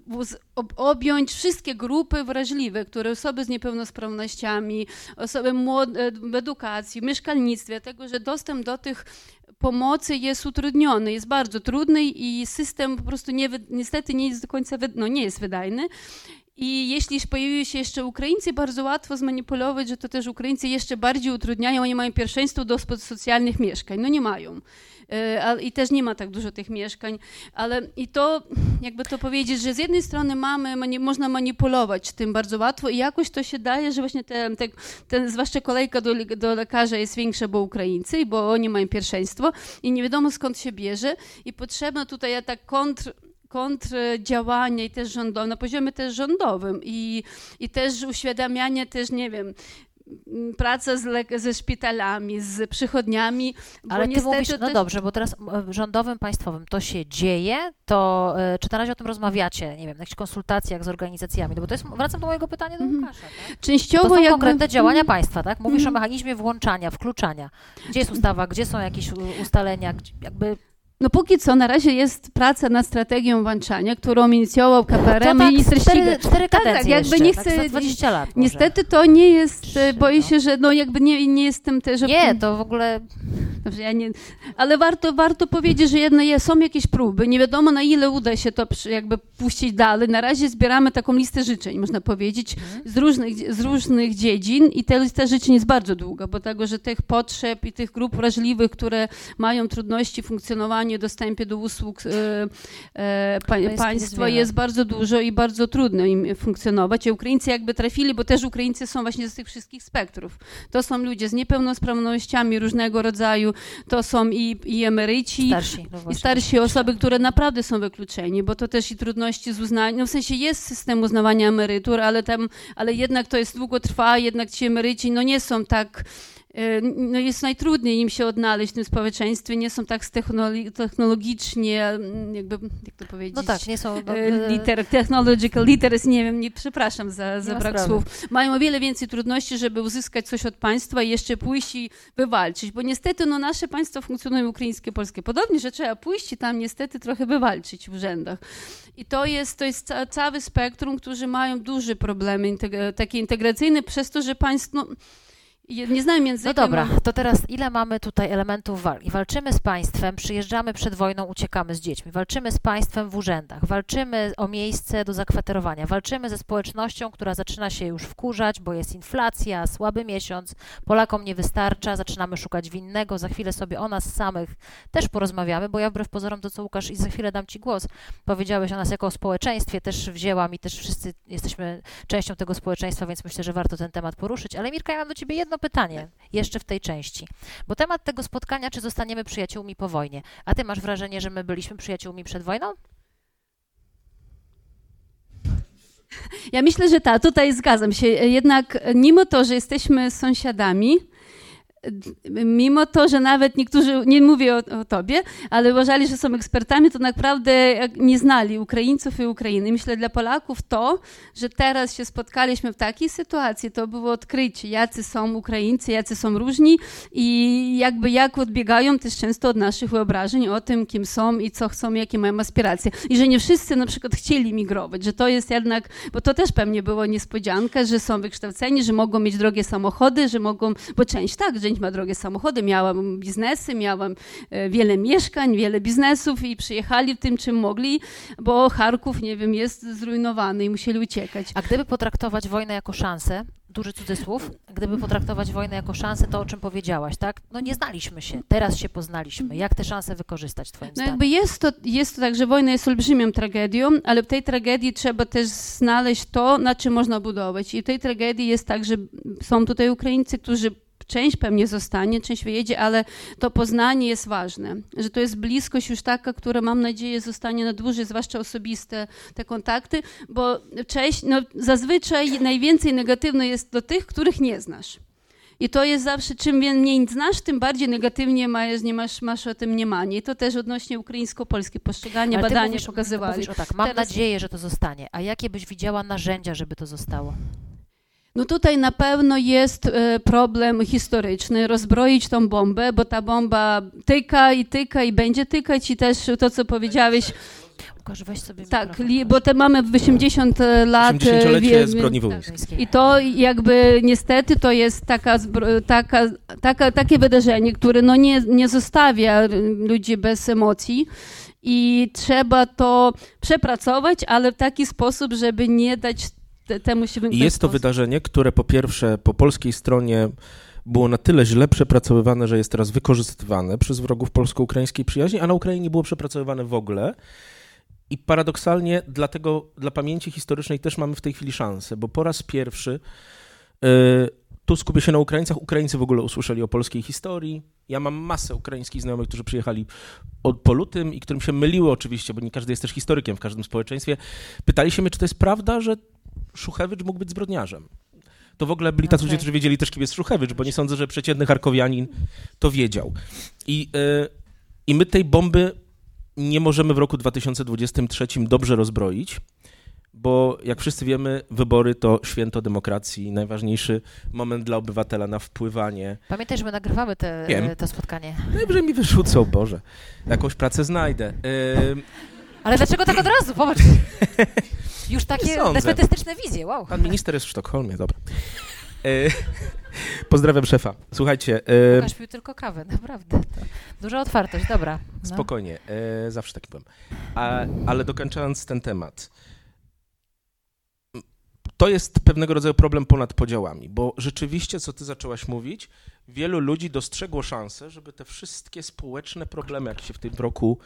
objąć wszystkie grupy wrażliwe, które osoby z niepełnosprawnościami, osoby młode w edukacji, w mieszkalnictwie, tego, że dostęp do tych pomocy jest utrudniony, jest bardzo trudny i system po prostu niestety nie jest do końca, nie jest wydajny. I jeśli pojawiły się jeszcze Ukraińcy, bardzo łatwo zmanipulować, że to też Ukraińcy jeszcze bardziej utrudniają, oni mają pierwszeństwo do socjalnych mieszkań. No nie mają. I też nie ma tak dużo tych mieszkań, ale i to, jakby to powiedzieć, że z jednej strony można manipulować tym bardzo łatwo i jakoś to się daje, że właśnie zwłaszcza kolejka do lekarza jest większa, bo Ukraińcy, bo oni mają pierwszeństwo i nie wiadomo skąd się bierze i potrzebna tutaj kontrdziałania i też na poziomie też rządowym i też uświadamianie też, nie wiem, praca ze szpitalami, z przychodniami. Ale ty mówisz, no dobrze, bo teraz rządowym, państwowym to się dzieje, to czy na razie o tym rozmawiacie, nie wiem, na jakichś konsultacjach z organizacjami, no bo to jest, wracam do mojego pytania do Łukasza, tak? Częściowo to są konkretne działania państwa, tak? Mówisz o mechanizmie włączania, wkluczania. Gdzie jest ustawa, gdzie są jakieś ustalenia, jakby... No póki co na razie jest praca nad strategią włączania, którą inicjował KPRM i minister Ścigaj. 4 kadencje tak, jakby nie chcę, tak, 20 lat może. Niestety to nie jest, boję się, że no jakby nie jestem też... Nie, to w ogóle... Dobrze, ja nie... Ale warto powiedzieć, że są jakieś próby, nie wiadomo na ile uda się to jakby puścić dalej. Na razie zbieramy taką listę życzeń, można powiedzieć, z różnych dziedzin i ta lista życzeń jest bardzo długa, bo tego, że tych potrzeb i tych grup wrażliwych, które mają trudności funkcjonowania, dostępie do usług państwa jest bardzo dużo i bardzo trudno im funkcjonować. A Ukraińcy jakby trafili, bo też Ukraińcy są właśnie z tych wszystkich spektrów. To są ludzie z niepełnosprawnościami różnego rodzaju, to są i emeryci, i starsi osoby, które naprawdę są wykluczeni, bo to też i trudności z uznaniem, no w sensie jest system uznawania emerytur, ale jednak to jest długo trwa, jednak ci emeryci nie są tak... No jest najtrudniej im się odnaleźć w tym społeczeństwie, nie są tak technologicznie, jakby, jak to powiedzieć? No tak, nie są... technological literacy, nie wiem, przepraszam za brak słów. Mają o wiele więcej trudności, żeby uzyskać coś od państwa i jeszcze pójść i wywalczyć, bo niestety nasze państwa funkcjonują ukraińskie, polskie podobnie, że trzeba pójść i tam niestety trochę wywalczyć w urzędach. I to jest cały spektrum, którzy mają duże problemy takie integracyjne, przez to, że państwo... Nie znam języka. No dobra, to teraz ile mamy tutaj elementów walki? Walczymy z państwem, przyjeżdżamy przed wojną, uciekamy z dziećmi, walczymy z państwem w urzędach, walczymy o miejsce do zakwaterowania, walczymy ze społecznością, która zaczyna się już wkurzać, bo jest inflacja, słaby miesiąc, Polakom nie wystarcza, zaczynamy szukać winnego, za chwilę sobie o nas samych też porozmawiamy, bo ja wbrew pozorom to, co Łukasz, i za chwilę dam ci głos, powiedziałeś o nas jako o społeczeństwie, też wzięłam i też wszyscy jesteśmy częścią tego społeczeństwa, więc myślę, że warto ten temat poruszyć. Ale Mirka, ja mam do ciebie jedno pytanie jeszcze w tej części, bo temat tego spotkania, czy zostaniemy przyjaciółmi po wojnie. A ty masz wrażenie, że my byliśmy przyjaciółmi przed wojną? Ja myślę, że tak, tutaj zgadzam się. Jednak mimo to, że jesteśmy sąsiadami, mimo to, że nawet niektórzy, nie mówię o tobie, ale uważali, że są ekspertami, to naprawdę nie znali Ukraińców i Ukrainy. Myślę, dla Polaków to, że teraz się spotkaliśmy w takiej sytuacji, to było odkrycie, jacy są Ukraińcy, jacy są różni i jak odbiegają też często od naszych wyobrażeń o tym, kim są i co chcą, jakie mają aspiracje. I że nie wszyscy na przykład chcieli migrować, że to jest jednak, bo to też pewnie była niespodzianka, że są wykształceni, że mogą mieć drogie samochody, że mogą, bo część ma drogie samochody, miałam biznesy, miałam wiele mieszkań, wiele biznesów i przyjechali w tym, czym mogli, bo Charków, nie wiem, jest zrujnowany i musieli uciekać. A gdyby potraktować wojnę jako szansę, duży cudzysłów, gdyby potraktować wojnę jako szansę, to o czym powiedziałaś, tak? No nie znaliśmy się, teraz się poznaliśmy. Jak te szanse wykorzystać twoim zdaniem? Jakby jest to tak, że wojna jest olbrzymią tragedią, ale w tej tragedii trzeba też znaleźć to, na czym można budować. I w tej tragedii jest tak, że są tutaj Ukraińcy, którzy część pewnie zostanie, część wyjedzie, ale to poznanie jest ważne, że to jest bliskość już taka, która mam nadzieję zostanie na dłużej, zwłaszcza osobiste te kontakty, bo zazwyczaj najwięcej negatywne jest do tych, których nie znasz. I to jest zawsze, czym mniej znasz, tym bardziej negatywnie masz o tym mniemanie. I to też odnośnie ukraińsko-polskie postrzegania, badania pokazywali. Mówisz, mam nadzieję, że to zostanie. A jakie byś widziała narzędzia, żeby to zostało? No tutaj na pewno jest problem historyczny, rozbroić tą bombę, bo ta bomba tyka i będzie tykać i też to, co powiedziałeś. Łukasz, weź sobie tak, bo te mamy 80 lat. 80-lecie zbrodni wołyńskiej. I to jakby niestety to jest takie wydarzenie, które no nie zostawia ludzi bez emocji. I trzeba to przepracować, ale w taki sposób, żeby nie dać temu się... I jest to wydarzenie, które po pierwsze po polskiej stronie było na tyle źle przepracowywane, że jest teraz wykorzystywane przez wrogów polsko-ukraińskiej przyjaźni, a na Ukrainie nie było przepracowywane w ogóle. I paradoksalnie dlatego dla pamięci historycznej też mamy w tej chwili szansę, bo po raz pierwszy tu skupię się na Ukraińcach. Ukraińcy w ogóle usłyszeli o polskiej historii. Ja mam masę ukraińskich znajomych, którzy przyjechali po lutym i którym się myliły oczywiście, bo nie każdy jest też historykiem w każdym społeczeństwie. Pytali się mnie, czy to jest prawda, że Szuchewicz mógł być zbrodniarzem. To w ogóle byli tacy ludzie, którzy wiedzieli też, kim jest Szuchewicz, bo nie sądzę, że przeciętny charkowianin to wiedział. I my tej bomby nie możemy w roku 2023 dobrze rozbroić, bo jak wszyscy wiemy, wybory to święto demokracji, najważniejszy moment dla obywatela na wpływanie. Pamiętaj, że my nagrywamy to spotkanie. Najwyżej mi wyrzucą, Boże. Jakąś pracę znajdę. Ale dlaczego tak od razu? Popatrz. Już takie defetystyczne wizje, wow. Pan minister jest w Sztokholmie, dobra. Pozdrawiam szefa. Słuchajcie. Łukasz pił tylko kawę, naprawdę. To duża otwartość, dobra. No. Spokojnie, zawsze taki byłem. Ale dokończając ten temat. To jest pewnego rodzaju problem ponad podziałami, bo rzeczywiście, co ty zaczęłaś mówić, wielu ludzi dostrzegło szansę, żeby te wszystkie społeczne problemy, jakie się w tym roku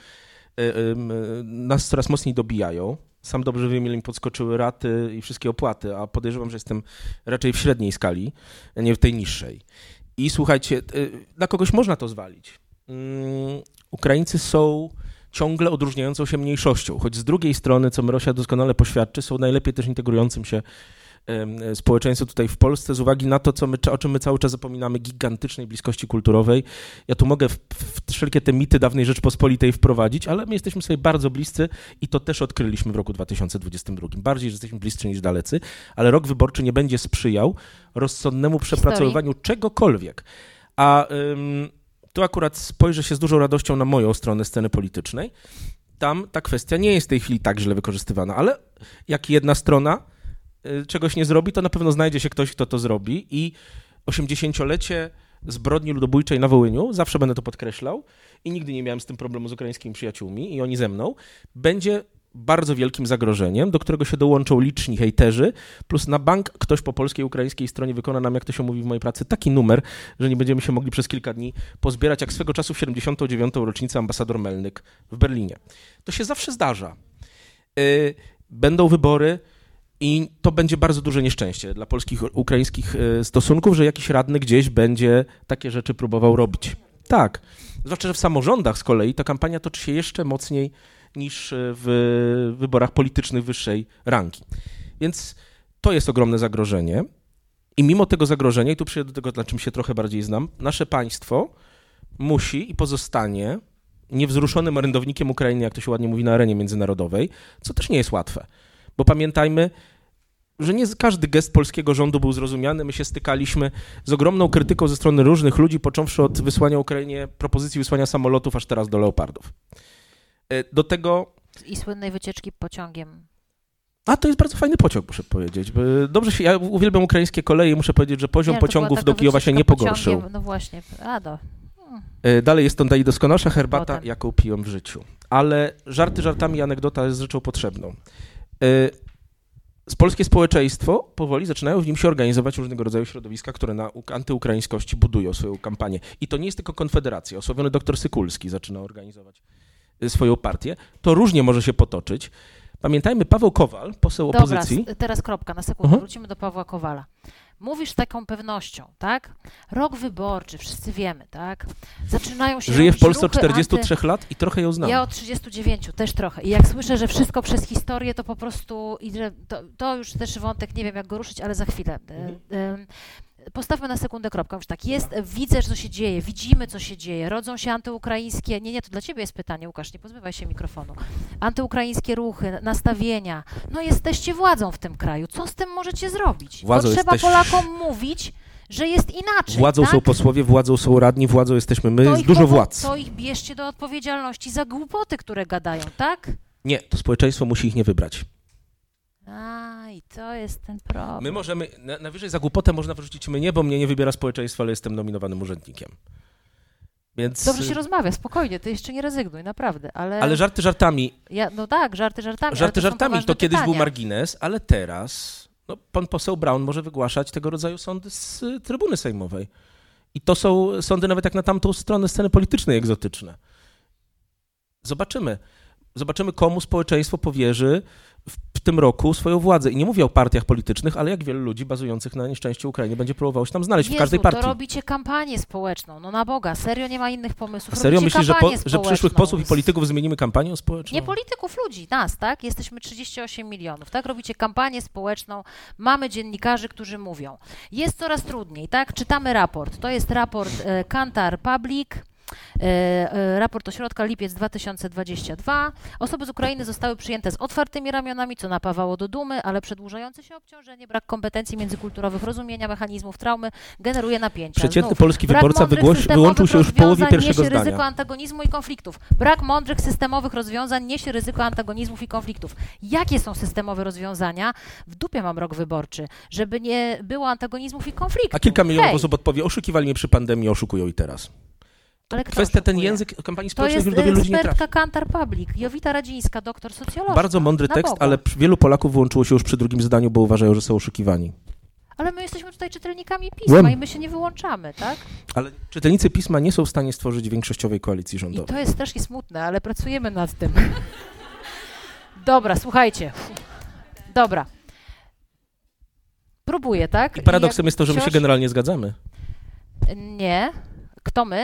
nas coraz mocniej dobijają. Sam dobrze wiem, ile mi podskoczyły raty i wszystkie opłaty, a podejrzewam, że jestem raczej w średniej skali, nie w tej niższej. I słuchajcie, na kogoś można to zwalić. Ukraińcy są ciągle odróżniającą się mniejszością, choć z drugiej strony, co Mrosia doskonale poświadczy, są najlepiej też integrującym się społeczeństwo tutaj w Polsce z uwagi na to, o czym my cały czas zapominamy, gigantycznej bliskości kulturowej. Ja tu mogę w wszelkie te mity dawnej Rzeczpospolitej wprowadzić, ale my jesteśmy sobie bardzo bliscy i to też odkryliśmy w roku 2022. Bardziej, że jesteśmy bliscy niż dalecy, ale rok wyborczy nie będzie sprzyjał rozsądnemu przepracowywaniu czegokolwiek. A tu akurat spojrzę się z dużą radością na moją stronę sceny politycznej. Tam ta kwestia nie jest w tej chwili tak źle wykorzystywana, ale jak jedna strona czegoś nie zrobi, to na pewno znajdzie się ktoś, kto to zrobi i 80-lecie zbrodni ludobójczej na Wołyniu, zawsze będę to podkreślał i nigdy nie miałem z tym problemu z ukraińskimi przyjaciółmi i oni ze mną, będzie bardzo wielkim zagrożeniem, do którego się dołączą liczni hejterzy, plus na bank ktoś po polskiej, ukraińskiej stronie wykona nam, jak to się mówi w mojej pracy, taki numer, że nie będziemy się mogli przez kilka dni pozbierać, jak swego czasu w 79. rocznicę ambasador Melnyk w Berlinie. To się zawsze zdarza. Będą wybory i to będzie bardzo duże nieszczęście dla polskich, ukraińskich stosunków, że jakiś radny gdzieś będzie takie rzeczy próbował robić. Tak. Zwłaszcza, że w samorządach z kolei ta kampania toczy się jeszcze mocniej niż w wyborach politycznych wyższej rangi. Więc to jest ogromne zagrożenie i mimo tego zagrożenia, i tu przyjdę do tego, na czym się trochę bardziej znam, nasze państwo musi i pozostanie niewzruszonym orędownikiem Ukrainy, jak to się ładnie mówi, na arenie międzynarodowej, co też nie jest łatwe. Bo pamiętajmy, że nie każdy gest polskiego rządu był zrozumiany. My się stykaliśmy z ogromną krytyką ze strony różnych ludzi, począwszy od wysłania Ukrainie propozycji wysłania samolotów, aż teraz do Leopardów. Do tego... I słynnej wycieczki pociągiem. A to jest bardzo fajny pociąg, muszę powiedzieć. Dobrze ja uwielbiam ukraińskie koleje i muszę powiedzieć, że poziom pociągów do Kijowa się nie pogorszył. No właśnie, Dalej jest to najdoskonalsza herbata, jaką piłem w życiu. Ale żarty żartami, anegdota jest rzeczą potrzebną. Polskie społeczeństwo powoli zaczynają w nim się organizować różnego rodzaju środowiska, które na antyukraińskości budują swoją kampanię. I to nie jest tylko Konfederacja. Osławiony doktor Sykulski zaczyna organizować swoją partię. To różnie może się potoczyć. Pamiętajmy, Paweł Kowal, poseł opozycji... Dobra, teraz kropka, na sekundę. Wrócimy do Pawła Kowala. Mówisz z taką pewnością, tak? Rok wyborczy, wszyscy wiemy, tak? Zaczynają się Żyję w Polsce od 43 lat i trochę ją znam. Ja od 39, też trochę. I jak słyszę, że wszystko przez historię, to po prostu... I że to już też wątek, nie wiem jak go ruszyć, ale za chwilę. postawmy na sekundę kropkę. Już tak, widzę, co się dzieje, widzimy, co się dzieje, rodzą się antyukraińskie, nie, to dla ciebie jest pytanie, Łukasz, nie pozbywaj się mikrofonu. Antyukraińskie ruchy, nastawienia. No jesteście władzą w tym kraju, co z tym możecie zrobić? To trzeba Polakom mówić, że jest inaczej. Władzą tak? są posłowie, władzą są radni, władzą jesteśmy my, jest dużo władz. To ich bierzcie do odpowiedzialności za głupoty, które gadają, tak? Nie, to społeczeństwo musi ich nie wybrać. I to jest ten problem. My możemy, najwyżej za głupotę można wyrzucić mnie, bo mnie nie wybiera społeczeństwo, ale jestem nominowanym urzędnikiem. Więc... Dobrze się rozmawia, spokojnie, ty jeszcze nie rezygnuj, naprawdę, ale... Ale żarty żartami. No tak, żarty żartami. Żarty żartami, to kiedyś pytania. był margines, ale teraz pan poseł Braun może wygłaszać tego rodzaju sądy z trybuny sejmowej. I to są sądy nawet jak na tamtą stronę sceny politycznej egzotyczne. Zobaczymy, komu społeczeństwo powierzy w tym roku swoją władzę. I nie mówię o partiach politycznych, ale jak wielu ludzi bazujących na nieszczęściu Ukrainy będzie próbowało się tam znaleźć w każdej partii. To robicie kampanię społeczną, no na Boga, serio nie ma innych pomysłów. Serio myślisz, że przyszłych posłów i polityków zmienimy kampanią społeczną? Nie polityków, ludzi, nas, tak? Jesteśmy 38 milionów, tak? Robicie kampanię społeczną, mamy dziennikarzy, którzy mówią. Jest coraz trudniej, tak? Czytamy raport. To jest raport Kantar Public, raport ośrodka lipiec 2022. Osoby z Ukrainy zostały przyjęte z otwartymi ramionami, co napawało do dumy, ale przedłużające się obciążenie, brak kompetencji międzykulturowych, rozumienia mechanizmów traumy generuje napięcia. Przeciętny polski wyborca wyłączył się już w połowie pierwszego zdania. Ryzyko antagonizmu i konfliktów. Brak mądrych systemowych rozwiązań niesie ryzyko antagonizmów i konfliktów. Jakie są systemowe rozwiązania? W dupie mam rok wyborczy, żeby nie było antagonizmów i konfliktów. A kilka milionów osób odpowie, oszukiwali mnie przy pandemii, oszukują i teraz. Ale kwestia, ten język kampanii społecznej już do wielu ludzi nie trafi. To jest Kantar Public, Jowita Radzińska, doktor socjolożka. Bardzo mądry tekst, ale wielu Polaków wyłączyło się już przy drugim zdaniu, bo uważają, że są oszukiwani. Ale my jesteśmy tutaj czytelnikami pisma i my się nie wyłączamy, tak? Ale czytelnicy pisma nie są w stanie stworzyć większościowej koalicji rządowej. I to jest strasznie smutne, ale pracujemy nad tym. Dobra, słuchajcie. Dobra. Próbuję, tak? I paradoksem jest to, że my się generalnie zgadzamy. Nie. Kto my?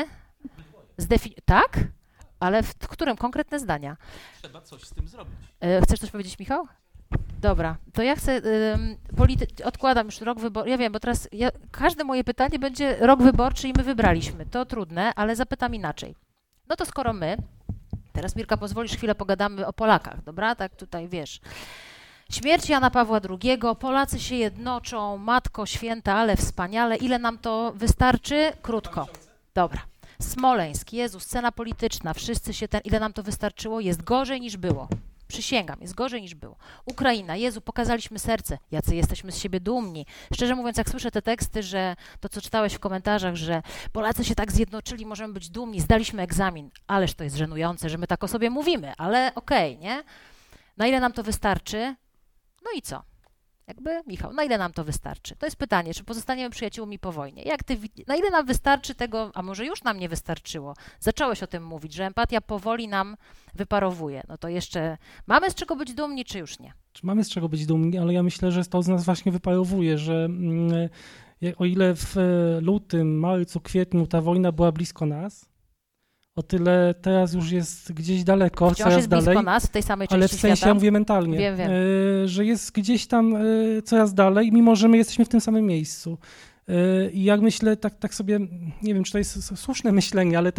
Tak? Ale w którym? Konkretne zdania. Trzeba coś z tym zrobić. Chcesz coś powiedzieć, Michał? Dobra, to ja chcę, odkładam już rok wyborczy, ja wiem, bo teraz każde moje pytanie będzie rok wyborczy i my wybraliśmy, to trudne, ale zapytam inaczej. No to skoro my, teraz Mirka pozwolisz chwilę pogadamy o Polakach, dobra, tak tutaj wiesz. Śmierć Jana Pawła II, Polacy się jednoczą, Matko Święta, ale wspaniale, ile nam to wystarczy? Krótko, dobra. Smoleńsk, Jezu, scena polityczna, wszyscy się ile nam to wystarczyło? Jest gorzej niż było. Przysięgam, jest gorzej niż było. Ukraina, Jezu, pokazaliśmy serce, jacy jesteśmy z siebie dumni. Szczerze mówiąc, jak słyszę te teksty, że to, co czytałeś w komentarzach, że Polacy się tak zjednoczyli, możemy być dumni, zdaliśmy egzamin. Ależ to jest żenujące, że my tak o sobie mówimy, ale okej, nie? Na ile nam to wystarczy? No i co? Michał, na ile nam to wystarczy? To jest pytanie, czy pozostaniemy przyjaciółmi po wojnie? Na ile nam wystarczy tego, a może już nam nie wystarczyło? Zacząłeś o tym mówić, że empatia powoli nam wyparowuje. No to jeszcze mamy z czego być dumni, czy już nie? Mamy z czego być dumni, ale ja myślę, że to z nas właśnie wyparowuje, że o ile w lutym, marcu, kwietniu ta wojna była blisko nas, o tyle teraz już jest gdzieś daleko, wciąż coraz jest dalej, blisko nas w tej samej części ale w sensie świata. ja mówię mentalnie, wiem. Że jest gdzieś tam coraz dalej, mimo że my jesteśmy w tym samym miejscu. I jak myślę, tak sobie, nie wiem, czy to jest słuszne myślenie, ale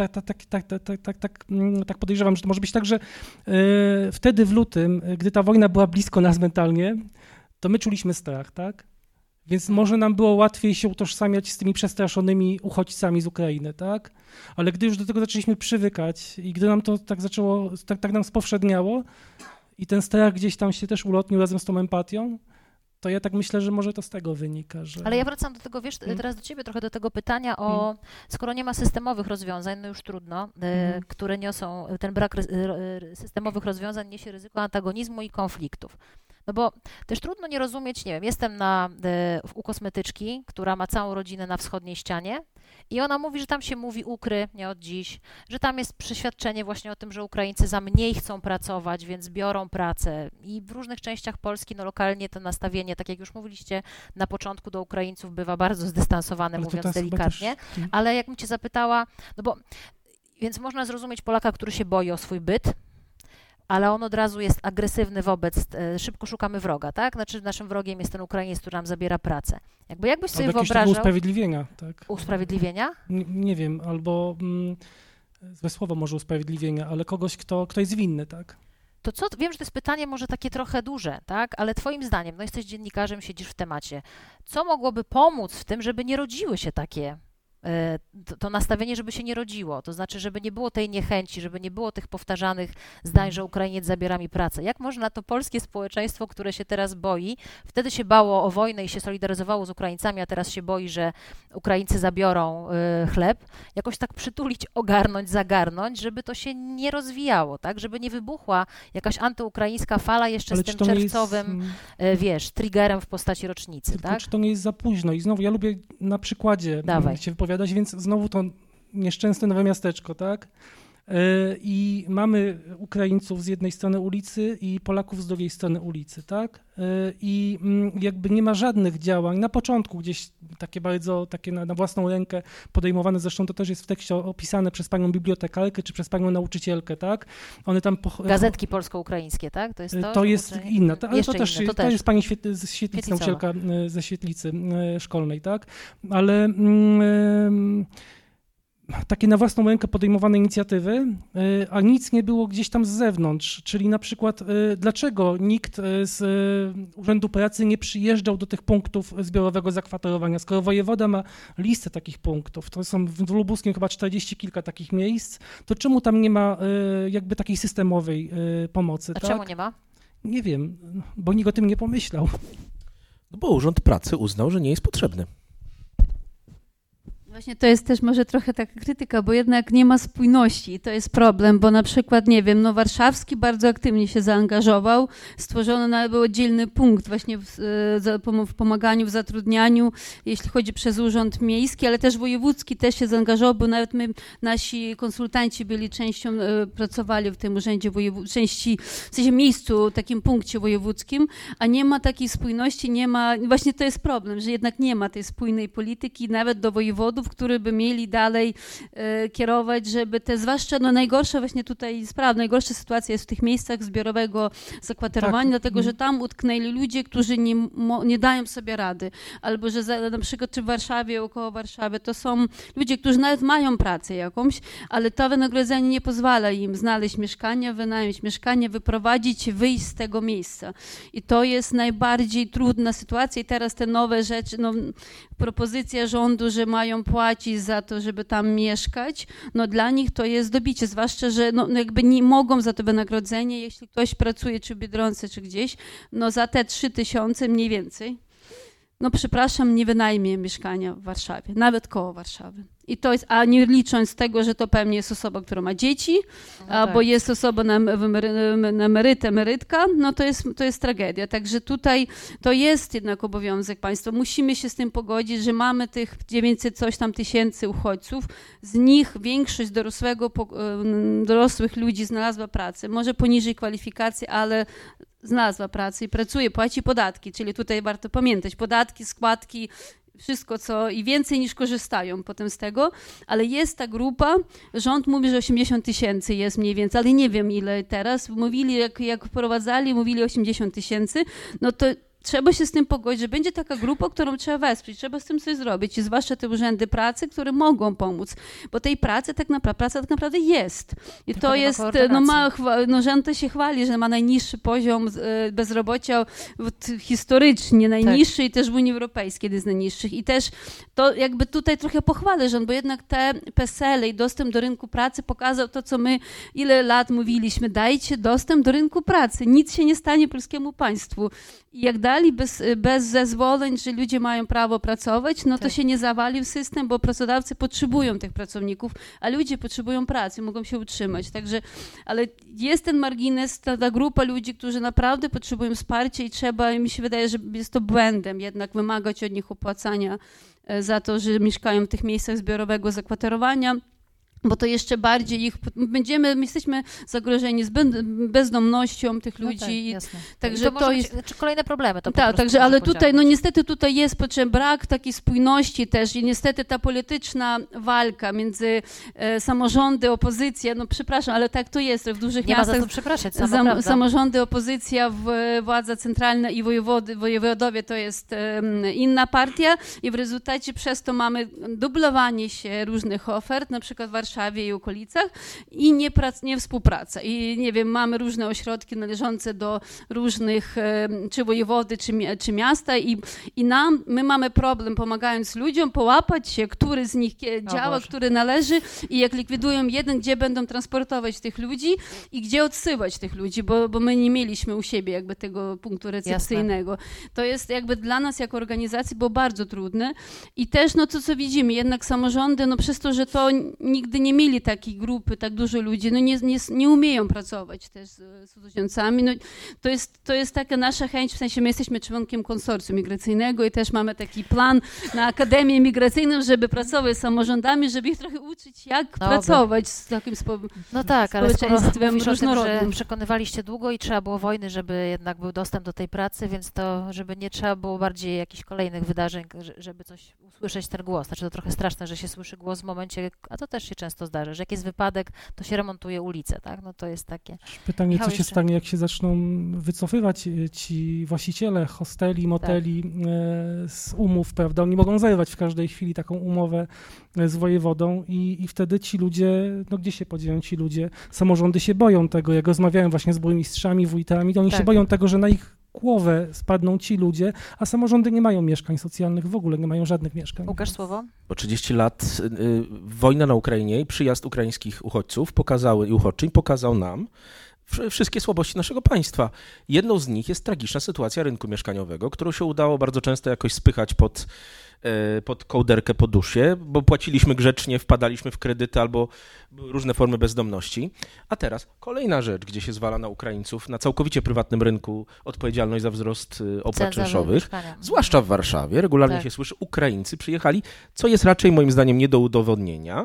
tak podejrzewam, że to może być tak, że wtedy w lutym, gdy ta wojna była blisko nas mentalnie, to my czuliśmy strach, tak? Więc może nam było łatwiej się utożsamiać z tymi przestraszonymi uchodźcami z Ukrainy, tak? Ale gdy już do tego zaczęliśmy przywykać i gdy nam to tak zaczęło, tak nam spowszedniało i ten strach gdzieś tam się też ulotnił razem z tą empatią, to ja tak myślę, że może to z tego wynika, że... Ale ja wracam do tego, wiesz, teraz do ciebie trochę do tego pytania o, skoro nie ma systemowych rozwiązań, no już trudno, które niosą, ten brak systemowych rozwiązań niesie ryzyko antagonizmu i konfliktów. No bo też trudno nie rozumieć, nie wiem, jestem u kosmetyczki, która ma całą rodzinę na wschodniej ścianie i ona mówi, że tam się mówi ukry, nie od dziś, że tam jest przeświadczenie właśnie o tym, że Ukraińcy za mniej chcą pracować, więc biorą pracę i w różnych częściach Polski, no lokalnie to nastawienie, tak jak już mówiliście na początku do Ukraińców bywa bardzo zdystansowane, mówiąc delikatnie, ale jakbym cię zapytała, no bo, więc można zrozumieć Polaka, który się boi o swój byt, ale on od razu jest agresywny wobec, szybko szukamy wroga, tak? Znaczy naszym wrogiem jest ten Ukrainiec, który nam zabiera pracę. Jakbyś sobie wyobrażał... usprawiedliwienia, tak? Usprawiedliwienia? Nie wiem, albo złe słowo może usprawiedliwienia, ale kogoś, kto jest winny, tak? To co, wiem, że to jest pytanie może takie trochę duże, tak? Ale twoim zdaniem, no jesteś dziennikarzem, siedzisz w temacie, co mogłoby pomóc w tym, żeby nie rodziły się takie, to nastawienie, żeby się nie rodziło, to znaczy, żeby nie było tej niechęci, żeby nie było tych powtarzanych zdań, że Ukrainiec zabiera mi pracę. Jak można to polskie społeczeństwo, które się teraz boi, wtedy się bało o wojnę i się solidaryzowało z Ukraińcami, a teraz się boi, że Ukraińcy zabiorą chleb, jakoś tak przytulić, ogarnąć, zagarnąć, żeby to się nie rozwijało, tak? Żeby nie wybuchła jakaś antyukraińska fala jeszcze z tym czerwcowym, triggerem w postaci rocznicy, tylko tak? Czy to nie jest za późno? I znowu, ja lubię na przykładzie się wypowiadać, więc znowu to nieszczęsne Nowe Miasteczko, tak? I mamy Ukraińców z jednej strony ulicy i Polaków z drugiej strony ulicy, tak? I jakby nie ma żadnych działań, na początku gdzieś takie na własną rękę podejmowane, zresztą to też jest w tekście opisane przez panią bibliotekarkę czy przez panią nauczycielkę, tak? One tam... Gazetki polsko-ukraińskie, tak? To jest to? To jest inna, ale to też jest pani z Świetlicy, Świetlicowa. nauczycielka ze Świetlicy szkolnej, tak? Ale... takie na własną rękę podejmowane inicjatywy, a nic nie było gdzieś tam z zewnątrz, czyli na przykład dlaczego nikt z Urzędu Pracy nie przyjeżdżał do tych punktów zbiorowego zakwaterowania, skoro wojewoda ma listę takich punktów, to są w Lubuskiem chyba 40 kilka takich miejsc, to czemu tam nie ma jakby takiej systemowej pomocy? A tak? czemu nie ma? Nie wiem, bo nikt o tym nie pomyślał. No bo Urząd Pracy uznał, że nie jest potrzebny. Właśnie to jest też może trochę taka krytyka, bo jednak nie ma spójności i to jest problem, bo na przykład, nie wiem, no Warszawski bardzo aktywnie się zaangażował, stworzono nawet był oddzielny punkt właśnie w pomaganiu, w zatrudnianiu, jeśli chodzi przez Urząd Miejski, ale też wojewódzki też się zaangażował, bo nawet nasi konsultanci byli częścią, pracowali w tym urzędzie wojewódzkim, w sensie miejscu, takim punkcie wojewódzkim, a nie ma takiej spójności, nie ma, właśnie to jest problem, że jednak nie ma tej spójnej polityki, nawet do wojewodów, które by mieli dalej kierować, żeby te, zwłaszcza najgorsza właśnie tutaj sprawa, najgorsza sytuacja jest w tych miejscach zbiorowego zakwaterowania, dlatego że tam utknęli ludzie, którzy nie dają sobie rady, albo że na przykład czy w Warszawie, około Warszawy, to są ludzie, którzy nawet mają pracę jakąś, ale to wynagrodzenie nie pozwala im znaleźć mieszkania, wynająć mieszkanie, wyprowadzić, wyjść z tego miejsca. I to jest najbardziej trudna sytuacja i teraz te nowe rzeczy, propozycja rządu, że mają płacić za to, żeby tam mieszkać, no dla nich to jest dobicie, zwłaszcza, że jakby nie mogą za to wynagrodzenie, jeśli ktoś pracuje czy w Biedronce, czy gdzieś, no za te 3000 mniej więcej, no przepraszam, nie wynajmie mieszkania w Warszawie, nawet koło Warszawy. I to jest, a nie licząc tego, że to pewnie jest osoba, która ma dzieci, albo jest osoba na emerytka, no to jest tragedia. Także tutaj to jest jednak obowiązek państwa. Musimy się z tym pogodzić, że mamy tych 900 coś tam tysięcy uchodźców, z nich większość dorosłych ludzi znalazła pracę, może poniżej kwalifikacji, ale znalazła pracę i pracuje, płaci podatki, czyli tutaj warto pamiętać, podatki, składki, wszystko co i więcej niż korzystają potem z tego, ale jest ta grupa, rząd mówi, że 80 000 jest mniej więcej, ale nie wiem ile teraz, mówili jak wprowadzali, mówili 80 000, no to trzeba się z tym pogodzić, że będzie taka grupa, którą trzeba wesprzeć, trzeba z tym coś zrobić i zwłaszcza te urzędy pracy, które mogą pomóc, bo tej praca tak naprawdę jest. I tylko to jest, rząd to się chwali, że ma najniższy poziom bezrobocia historycznie, najniższy i też w Unii Europejskiej jeden z najniższych. I też to jakby tutaj trochę pochwalę rząd, bo jednak te PESEL-y i dostęp do rynku pracy pokazał to, co my ile lat mówiliśmy, dajcie dostęp do rynku pracy, nic się nie stanie polskiemu państwu. I jak dali bez zezwoleń, że ludzie mają prawo pracować, no to się nie zawalił system, bo pracodawcy potrzebują tych pracowników, a ludzie potrzebują pracy, mogą się utrzymać. Także, ale jest ten margines, ta grupa ludzi, którzy naprawdę potrzebują wsparcia i trzeba, mi się wydaje, że jest to błędem jednak wymagać od nich opłacania za to, że mieszkają w tych miejscach zbiorowego zakwaterowania. bo to jeszcze bardziej my jesteśmy zagrożeni z bezdomnością tych ludzi. Tak, także to jest czy kolejne problemy. To tak, także, ale tutaj, no niestety tutaj jest brak takiej spójności też i niestety ta polityczna walka między samorządy, opozycja, no przepraszam, ale tak to jest w dużych miastach. Nie ma za co przepraszać, samorządy, opozycja, władza centralna i wojewodowie to jest inna partia i w rezultacie przez to mamy dublowanie się różnych ofert, na przykład w Warszawie i okolicach i nie współpraca. I nie wiem, mamy różne ośrodki należące do różnych, czy wojewody, czy miasta i my mamy problem, pomagając ludziom, połapać się, który z nich działa, który należy i jak likwidują jeden, gdzie będą transportować tych ludzi i gdzie odsyłać tych ludzi, bo my nie mieliśmy u siebie jakby tego punktu recepcyjnego. Jasne. To jest jakby dla nas jako organizacji było bardzo trudne i też no to, co widzimy, jednak samorządy, no przez to, że to nigdy nie mieli takiej grupy, tak dużo ludzi, no nie umieją pracować też z cudzoziemcami. No, to jest taka nasza chęć, w sensie my jesteśmy członkiem konsorcjum migracyjnego i też mamy taki plan na Akademię Migracyjną, żeby pracować z samorządami, żeby ich trochę uczyć, jak pracować z takim społeczeństwem różnorodnym. Że przekonywaliście długo i trzeba było wojny, żeby jednak był dostęp do tej pracy, więc to, żeby nie trzeba było bardziej jakichś kolejnych wydarzeń, żeby coś usłyszeć ten głos. Znaczy to trochę straszne, że się słyszy głos w momencie, a to też się często zdarza, że jak jest wypadek, to się remontuje ulicę, tak? No to jest takie. Pytanie, Michał, co się stanie, jak się zaczną wycofywać ci właściciele hosteli, moteli z umów, prawda? Oni mogą zerwać w każdej chwili taką umowę z wojewodą i wtedy ci ludzie, no gdzie się podzieją ci ludzie? Samorządy się boją tego, jak rozmawiałem właśnie z burmistrzami, wójtami, to oni się boją tego, że na ich głowę spadną ci ludzie, a samorządy nie mają mieszkań socjalnych, w ogóle nie mają żadnych mieszkań. Łukasz, słowo? Po 30 lat wojna na Ukrainie i przyjazd ukraińskich uchodźców i uchodźczyń pokazał nam wszystkie słabości naszego państwa. Jedną z nich jest tragiczna sytuacja rynku mieszkaniowego, którą się udało bardzo często jakoś spychać pod kołderkę podusie, bo płaciliśmy grzecznie, wpadaliśmy w kredyty albo różne formy bezdomności. A teraz kolejna rzecz, gdzie się zwala na Ukraińców na całkowicie prywatnym rynku odpowiedzialność za wzrost opłat czynszowych, zwłaszcza w Warszawie. Regularnie się słyszy, Ukraińcy przyjechali, co jest raczej moim zdaniem nie do udowodnienia.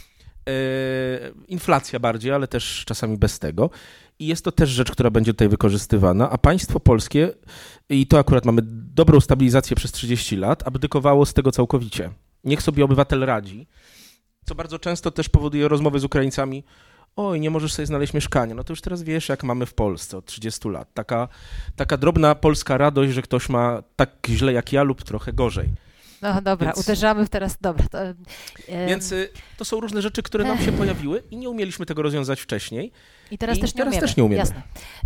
Inflacja bardziej, ale też czasami bez tego. I jest to też rzecz, która będzie tutaj wykorzystywana, a państwo polskie, i to akurat mamy dobrą stabilizację przez 30 lat, abdykowało z tego całkowicie. Niech sobie obywatel radzi, co bardzo często też powoduje rozmowy z Ukraińcami. Oj, nie możesz sobie znaleźć mieszkania. No to już teraz wiesz, jak mamy w Polsce od 30 lat. Taka drobna polska radość, że ktoś ma tak źle jak ja lub trochę gorzej. No dobra, uderzamy teraz, dobra. Więc to są różne rzeczy, które nam się pojawiły i nie umieliśmy tego rozwiązać wcześniej. I teraz też nie umiemy. Jasne.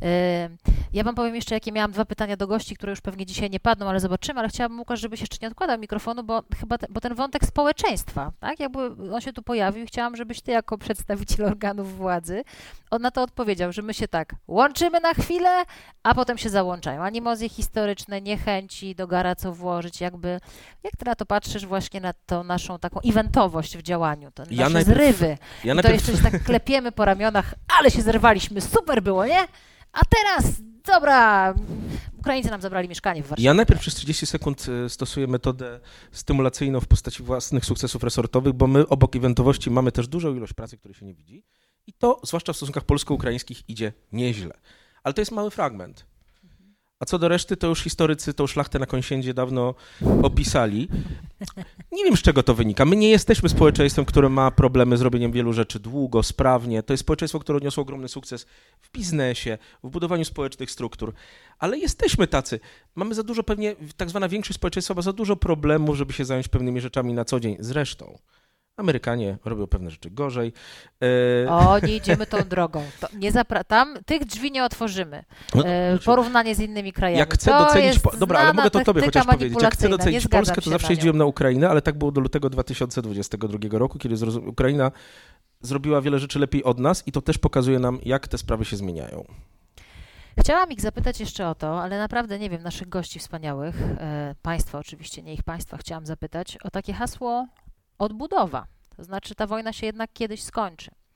Ja wam powiem jeszcze, jakie miałam 2 pytania do gości, które już pewnie dzisiaj nie padną, ale zobaczymy, ale chciałabym, Łukasz, żebyś jeszcze nie odkładał mikrofonu, bo chyba bo ten wątek społeczeństwa, tak, jakby on się tu pojawił, chciałam, żebyś ty jako przedstawiciel organów władzy on na to odpowiedział, że my się tak łączymy na chwilę, a potem się załączają. Animozje historyczne, niechęci do gara co włożyć, jakby, jak ty na to patrzysz właśnie na tą naszą taką eventowość w działaniu, to nasze zrywy. To jeszcze się tak klepiemy po ramionach, ale się zerwaliśmy, super było, nie? A teraz, dobra, Ukraińcy nam zabrali mieszkanie w Warszawie. Ja najpierw przez 30 sekund stosuję metodę stymulacyjną w postaci własnych sukcesów resortowych, bo my obok eventowości mamy też dużą ilość pracy, której się nie widzi i to, zwłaszcza w stosunkach polsko-ukraińskich, idzie nieźle. Ale to jest mały fragment. A co do reszty, to już historycy tą szlachtę na Konsiędzie dawno opisali. Nie wiem, z czego to wynika. My nie jesteśmy społeczeństwem, które ma problemy z robieniem wielu rzeczy długo, sprawnie. To jest społeczeństwo, które odniosło ogromny sukces w biznesie, w budowaniu społecznych struktur. Ale jesteśmy tacy. Mamy za dużo, pewnie tak zwana większość społeczeństwa ma za dużo problemów, żeby się zająć pewnymi rzeczami na co dzień. Zresztą Amerykanie robią pewne rzeczy gorzej. Nie idziemy tą drogą. Tam tych drzwi nie otworzymy. Porównanie z innymi krajami. Jak chcę docenić... Dobra, ale mogę to tobie chociaż powiedzieć. Jak chcę docenić Polskę, to zawsze jeździłem na Ukrainę, ale tak było do lutego 2022 roku, kiedy Ukraina zrobiła wiele rzeczy lepiej od nas i to też pokazuje nam, jak te sprawy się zmieniają. Chciałam ich zapytać jeszcze o to, ale naprawdę nie wiem, naszych gości wspaniałych, państwa oczywiście, nie ich państwa, chciałam zapytać o takie hasło odbudowa. To znaczy ta wojna się jednak kiedyś skończy.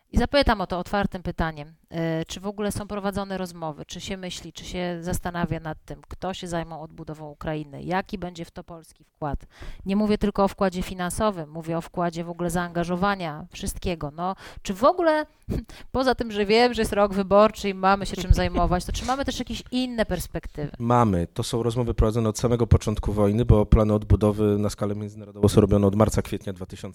I zapytam o to otwartym pytaniem. Czy w ogóle są prowadzone rozmowy, czy się myśli, czy się zastanawia nad tym, kto się zajmą odbudową Ukrainy, jaki będzie w to polski wkład. Nie mówię tylko o wkładzie finansowym, mówię o wkładzie w ogóle zaangażowania, wszystkiego. No, czy w ogóle, poza tym, że wiem, że jest rok wyborczy i mamy się czym zajmować, to czy mamy też jakieś inne perspektywy? Mamy. To są rozmowy prowadzone od samego początku wojny, bo plany odbudowy na skalę międzynarodową są robione od marca, kwietnia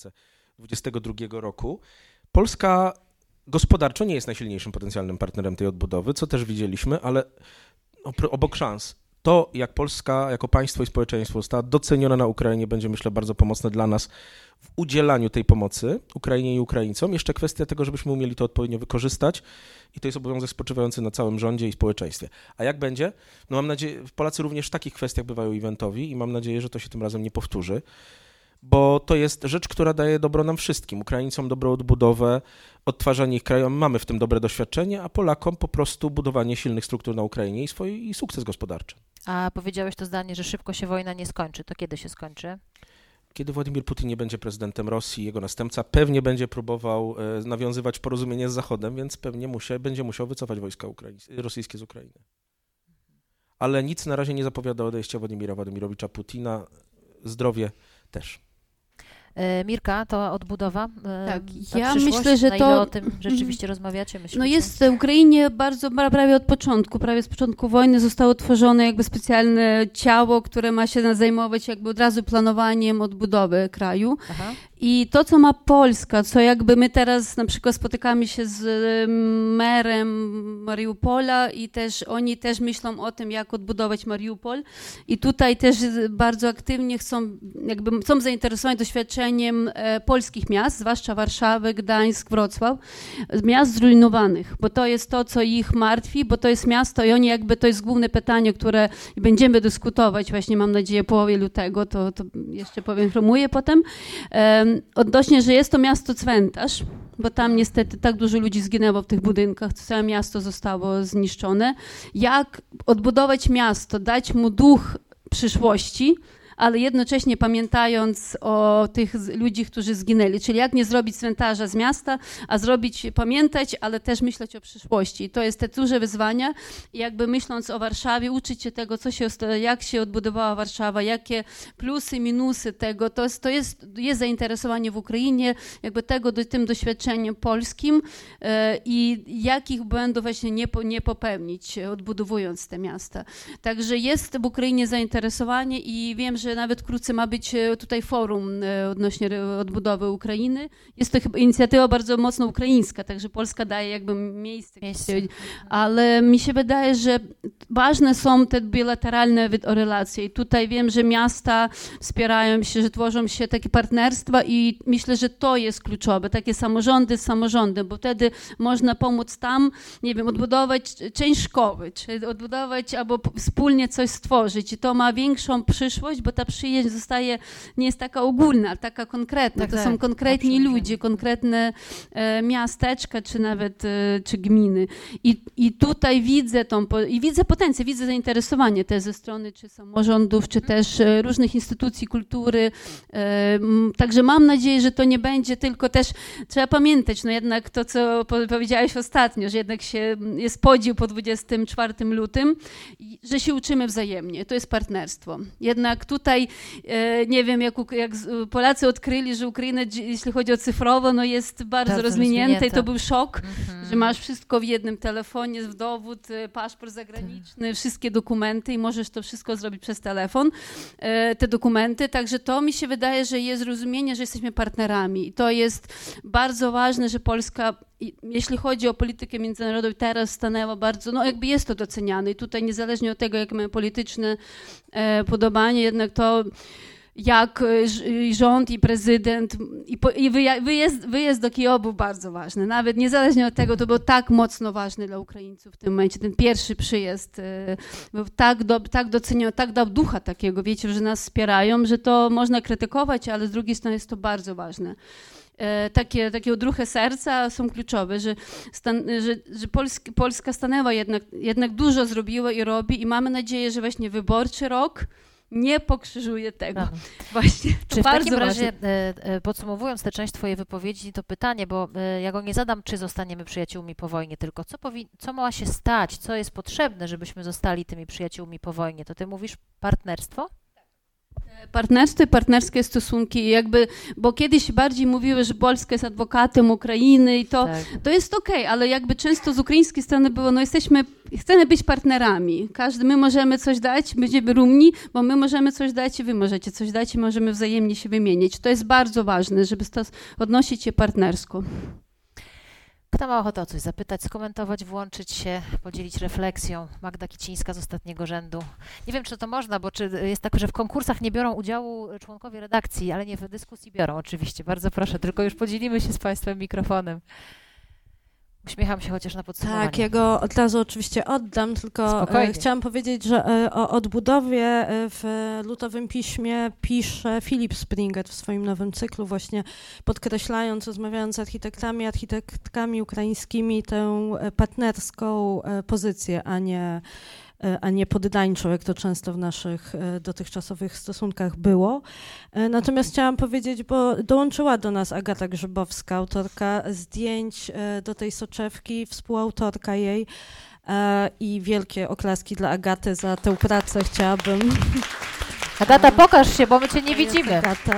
2022 roku. Polska gospodarczo nie jest najsilniejszym potencjalnym partnerem tej odbudowy, co też widzieliśmy, ale obok szans. To, jak Polska jako państwo i społeczeństwo została doceniona na Ukrainie, będzie, myślę, bardzo pomocne dla nas w udzielaniu tej pomocy Ukrainie i Ukraińcom. Jeszcze kwestia tego, żebyśmy umieli to odpowiednio wykorzystać i to jest obowiązek spoczywający na całym rządzie i społeczeństwie. A jak będzie? No mam nadzieję, Polacy również w takich kwestiach bywają eventowi i mam nadzieję, że to się tym razem nie powtórzy, bo to jest rzecz, która daje dobro nam wszystkim. Ukraińcom dobrą odbudowę, odtwarzanie ich kraju, mamy w tym dobre doświadczenie, a Polakom po prostu budowanie silnych struktur na Ukrainie i sukces gospodarczy. A powiedziałeś to zdanie, że szybko się wojna nie skończy. To kiedy się skończy? Kiedy Władimir Putin nie będzie prezydentem Rosji, jego następca pewnie będzie próbował nawiązywać porozumienie z Zachodem, więc pewnie będzie musiał wycofać wojska rosyjskie z Ukrainy. Ale nic na razie nie zapowiada odejścia Władimira Władimirowicza Putina. Zdrowie też. Mirka, to odbudowa? Tak, ja myślę, że na ile o tym rzeczywiście rozmawiacie? Myślicie? No jest w Ukrainie prawie od początku, prawie z początku wojny zostało tworzone jakby specjalne ciało, które ma się zajmować jakby od razu planowaniem odbudowy kraju. Aha. I to, co ma Polska, co jakby my teraz na przykład spotykamy się z merem Mariupola i też oni też myślą o tym, jak odbudować Mariupol. I tutaj też bardzo aktywnie są zainteresowani doświadczeniem polskich miast, zwłaszcza Warszawy, Gdańsk, Wrocław, miast zrujnowanych, bo to jest to, co ich martwi, bo to jest miasto i oni jakby, to jest główne pytanie, które będziemy dyskutować właśnie, mam nadzieję, połowie lutego, to jeszcze poinformuję potem. Odnośnie, że jest to miasto cmentarz, bo tam niestety tak dużo ludzi zginęło w tych budynkach, całe miasto zostało zniszczone. Jak odbudować miasto, dać mu duch przyszłości, ale jednocześnie pamiętając o tych ludzi, którzy zginęli. Czyli jak nie zrobić cmentarza z miasta, a pamiętać, ale też myśleć o przyszłości. I to jest te duże wyzwania. I jakby myśląc o Warszawie, uczyć się tego, jak się odbudowała Warszawa, jakie plusy, minusy tego. To jest zainteresowanie w Ukrainie, jakby tym doświadczeniem polskim i jakich błędów właśnie nie popełnić, odbudowując te miasta. Także jest w Ukrainie zainteresowanie i wiem, że nawet wkrótce ma być tutaj forum odnośnie odbudowy Ukrainy. Jest to chyba inicjatywa bardzo mocno ukraińska, także Polska daje jakby miejsce. Ale mi się wydaje, że ważne są te bilateralne relacje. I tutaj wiem, że miasta wspierają się, że tworzą się takie partnerstwa i myślę, że to jest kluczowe. Takie samorządy z samorządem, bo wtedy można pomóc tam, nie wiem, odbudować część szkoły, czy odbudować albo wspólnie coś stworzyć. I to ma większą przyszłość, bo ta przyjaźń nie jest taka ogólna, taka konkretna. To są konkretni ludzie, konkretne miasteczka, czy nawet czy gminy. I tutaj widzę potencjał, widzę zainteresowanie też ze strony czy samorządów, czy też różnych instytucji kultury. Także mam nadzieję, że to nie będzie tylko też, trzeba pamiętać, no jednak to, co powiedziałeś ostatnio, że jednak jest podział po 24 lutym, że się uczymy wzajemnie. To jest partnerstwo. Jednak tutaj nie wiem, jak Polacy odkryli, że Ukraina, jeśli chodzi o cyfrowo, no jest bardzo rozwinięta i to był szok, że masz wszystko w jednym telefonie, dowód, paszport zagraniczny, wszystkie dokumenty i możesz to wszystko zrobić przez telefon, te dokumenty. Także to mi się wydaje, że jest rozumienie, że jesteśmy partnerami. I to jest bardzo ważne, że Polska, jeśli chodzi o politykę międzynarodową, teraz stanęła bardzo, no jakby jest to doceniane i tutaj niezależnie od tego, jakie mamy polityczne podobanie, jednak to jak rząd i prezydent i wyjazd do Kijowa był bardzo ważny. Nawet niezależnie od tego, to był tak mocno ważny dla Ukraińców w tym momencie. Ten pierwszy przyjazd był tak doceniony, tak dał ducha takiego, wiecie, że nas wspierają, że to można krytykować, ale z drugiej strony jest to bardzo ważne. Takie odruchy serca są kluczowe, że Polska stanęła jednak dużo zrobiła i robi i mamy nadzieję, że właśnie wyborczy rok nie pokrzyżuje tego. Aha. Właśnie, to Czy w bardzo takim razie, ważne. podsumowując tę część twojej wypowiedzi, to pytanie, bo ja go nie zadam, czy zostaniemy przyjaciółmi po wojnie, tylko co ma się stać, co jest potrzebne, żebyśmy zostali tymi przyjaciółmi po wojnie? To ty mówisz partnerstwo? Partnerstwo i partnerskie stosunki, jakby, bo kiedyś bardziej mówiły, że Polska jest adwokatem Ukrainy i to jest okej, ale jakby często z ukraińskiej strony było, no chcemy być partnerami. My możemy coś dać, będziemy rumni, bo my możemy coś dać i wy możecie coś dać i możemy wzajemnie się wymienić. To jest bardzo ważne, żeby odnosić się partnersko. Kto ma ochotę o coś zapytać, skomentować, włączyć się, podzielić refleksją? Magda Kicińska z ostatniego rzędu. Nie wiem, czy to można, bo czy jest tak, że w konkursach nie biorą udziału członkowie redakcji, ale nie w dyskusji biorą oczywiście. Bardzo proszę, tylko już podzielimy się z Państwem mikrofonem. Uśmiecham się chociaż na podsumowanie. Tak, ja go od razu oczywiście oddam, tylko chciałam powiedzieć, że o odbudowie w Lutowym Piśmie pisze Philip Springer w swoim nowym cyklu, właśnie podkreślając, rozmawiając z architektkami ukraińskimi, tę partnerską pozycję, a nie poddańczą, jak to często w naszych dotychczasowych stosunkach było. Natomiast chciałam powiedzieć, bo dołączyła do nas Agata Grzybowska, autorka zdjęć do tej soczewki, współautorka jej i wielkie oklaski dla Agaty za tę pracę chciałabym. Agata, pokaż się, bo my cię nie widzimy.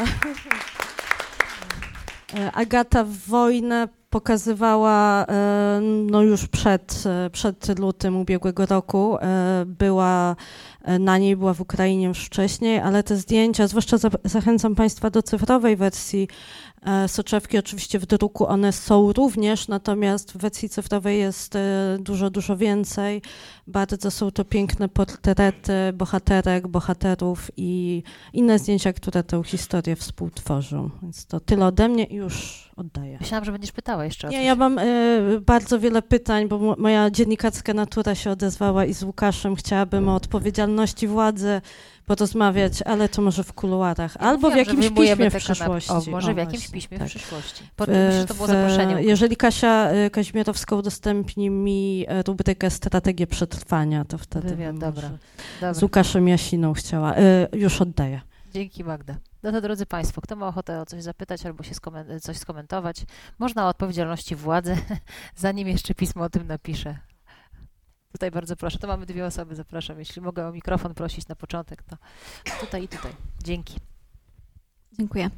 Agata w wojnę pokazywała no już przed lutym ubiegłego roku. Była w Ukrainie już wcześniej, ale te zdjęcia, zwłaszcza zachęcam Państwa do cyfrowej wersji soczewki, oczywiście w druku one są również, natomiast w wersji cyfrowej jest dużo więcej. Bardzo są to piękne portrety bohaterek, bohaterów i inne zdjęcia, które tę historię współtworzą. Więc to tyle ode mnie i już oddaję. Myślałam, że będziesz pytała jeszcze o coś. Nie, ja mam bardzo wiele pytań, bo moja dziennikarska natura się odezwała i z Łukaszem chciałabym o odpowiedzialności władzy porozmawiać, ale to może w kuluarach. Albo w jakimś piśmie w przyszłości. Może w jakimś piśmie w przyszłości. Myślę, że to było zaproszenie. Jeżeli Kasia Kazimierowska udostępni mi rubrykę Strategie przetrwania, to wtedy Wywiad, dobra. Z Łukaszem Jasiną chciała. Już oddaję. Dzięki, Magda. No to drodzy Państwo, kto ma ochotę o coś zapytać albo coś skomentować, można o odpowiedzialności władzy, zanim jeszcze pismo o tym napiszę. Tutaj bardzo proszę. To mamy 2 osoby, zapraszam. Jeśli mogę o mikrofon prosić na początek, to tutaj i tutaj. Dzięki. Dziękuję.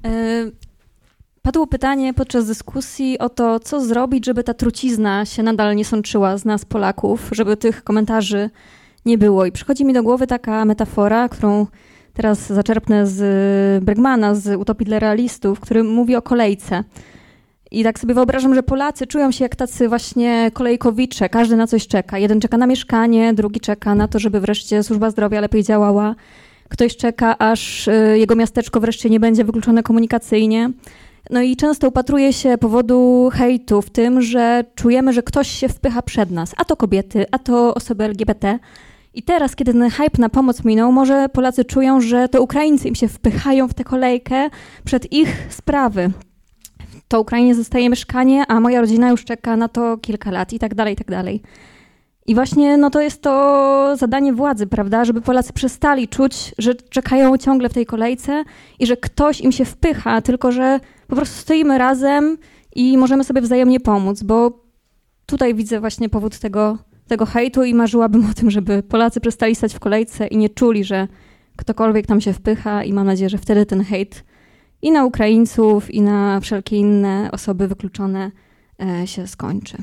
Padło pytanie podczas dyskusji o to, co zrobić, żeby ta trucizna się nadal nie sączyła z nas, Polaków, żeby tych komentarzy nie było. I przychodzi mi do głowy taka metafora, którą teraz zaczerpnę z Bregmana, z Utopii dla realistów, który mówi o kolejce. I tak sobie wyobrażam, że Polacy czują się jak tacy właśnie kolejkowicze, każdy na coś czeka. Jeden czeka na mieszkanie, drugi czeka na to, żeby wreszcie służba zdrowia lepiej działała. Ktoś czeka, aż jego miasteczko wreszcie nie będzie wykluczone komunikacyjnie. No i często upatruje się powodu hejtu w tym, że czujemy, że ktoś się wpycha przed nas. A to kobiety, a to osoby LGBT. I teraz, kiedy ten hype na pomoc minął, może Polacy czują, że to Ukraińcy im się wpychają w tę kolejkę przed ich sprawy. To Ukrainie zostaje mieszkanie, a moja rodzina już czeka na to kilka lat i tak dalej, i tak dalej. I właśnie no to jest to zadanie władzy, prawda, żeby Polacy przestali czuć, że czekają ciągle w tej kolejce i że ktoś im się wpycha, tylko że po prostu stoimy razem i możemy sobie wzajemnie pomóc, bo tutaj widzę właśnie powód tego hejtu i marzyłabym o tym, żeby Polacy przestali stać w kolejce i nie czuli, że ktokolwiek tam się wpycha i mam nadzieję, że wtedy ten hejt i na Ukraińców, i na wszelkie inne osoby wykluczone się skończy.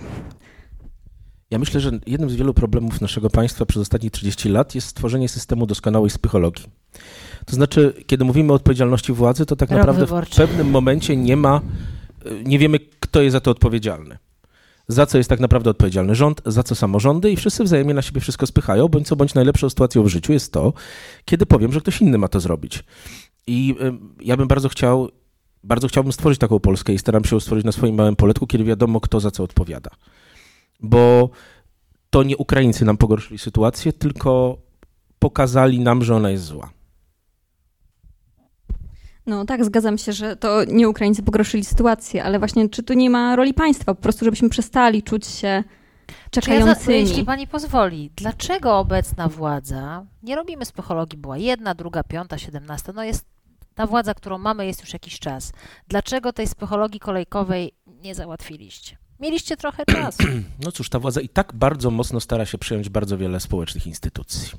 Ja myślę, że jednym z wielu problemów naszego państwa przez ostatnie 30 lat jest stworzenie systemu doskonałej psychologii. To znaczy, kiedy mówimy o odpowiedzialności władzy, to tak naprawdę w pewnym momencie nie wiemy, kto jest za to odpowiedzialny. Za co jest tak naprawdę odpowiedzialny rząd, za co samorządy i wszyscy wzajemnie na siebie wszystko spychają, bądź najlepszą sytuacją w życiu jest to, kiedy powiem, że ktoś inny ma to zrobić. I ja bym bardzo chciałbym stworzyć taką Polskę i staram się ją stworzyć na swoim małym poletku, kiedy wiadomo, kto za co odpowiada. Bo to nie Ukraińcy nam pogorszyli sytuację, tylko pokazali nam, że ona jest zła. No tak, zgadzam się, że to nie Ukraińcy pogorszyli sytuację, ale właśnie czy tu nie ma roli państwa, po prostu żebyśmy przestali czuć się czekającymi. Jeśli pani pozwoli, dlaczego obecna władza, nie robimy z psychologii, była 1, 2, 5, 17, no jest ta władza, którą mamy, jest już jakiś czas. Dlaczego tej psychologii kolejkowej nie załatwiliście? Mieliście trochę czasu. No cóż, ta władza i tak bardzo mocno stara się przejąć bardzo wiele społecznych instytucji.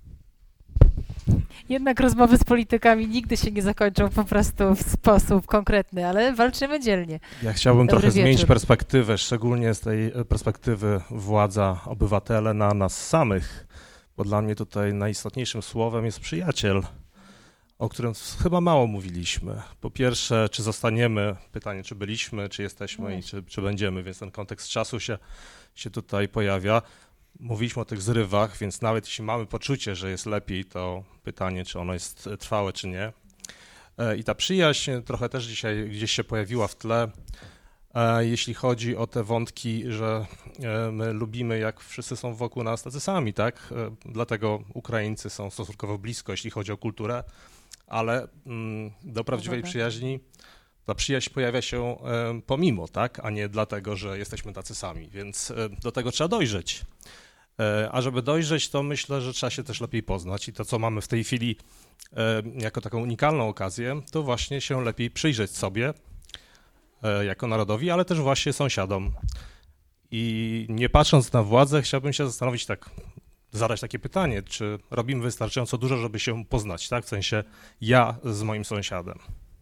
Jednak rozmowy z politykami nigdy się nie zakończą po prostu w sposób konkretny, ale walczymy dzielnie. Ja chciałbym Dobry trochę zmienić wieczór. perspektywę, szczególnie z tej perspektywy władza, obywatele na nas samych, bo dla mnie tutaj najistotniejszym słowem jest przyjaciel, o którym chyba mało mówiliśmy. Po pierwsze, czy zostaniemy, pytanie, czy byliśmy, czy jesteśmy i czy będziemy, więc ten kontekst czasu się tutaj pojawia. Mówiliśmy o tych zrywach, więc nawet jeśli mamy poczucie, że jest lepiej, to pytanie, czy ono jest trwałe, czy nie. I ta przyjaźń trochę też dzisiaj gdzieś się pojawiła w tle, jeśli chodzi o te wątki, że my lubimy, jak wszyscy są wokół nas tacy sami, tak? Dlatego Ukraińcy są stosunkowo blisko, jeśli chodzi o kulturę, ale do prawdziwej przyjaźni ta przyjaźń pojawia się pomimo, tak? A nie dlatego, że jesteśmy tacy sami, więc do tego trzeba dojrzeć. A żeby dojrzeć, to myślę, że trzeba się też lepiej poznać i to, co mamy w tej chwili jako taką unikalną okazję, to właśnie się lepiej przyjrzeć sobie jako narodowi, ale też właśnie sąsiadom. I nie patrząc na władzę, chciałbym się zastanowić zadać takie pytanie, czy robimy wystarczająco dużo, żeby się poznać, tak? W sensie ja z moim sąsiadem.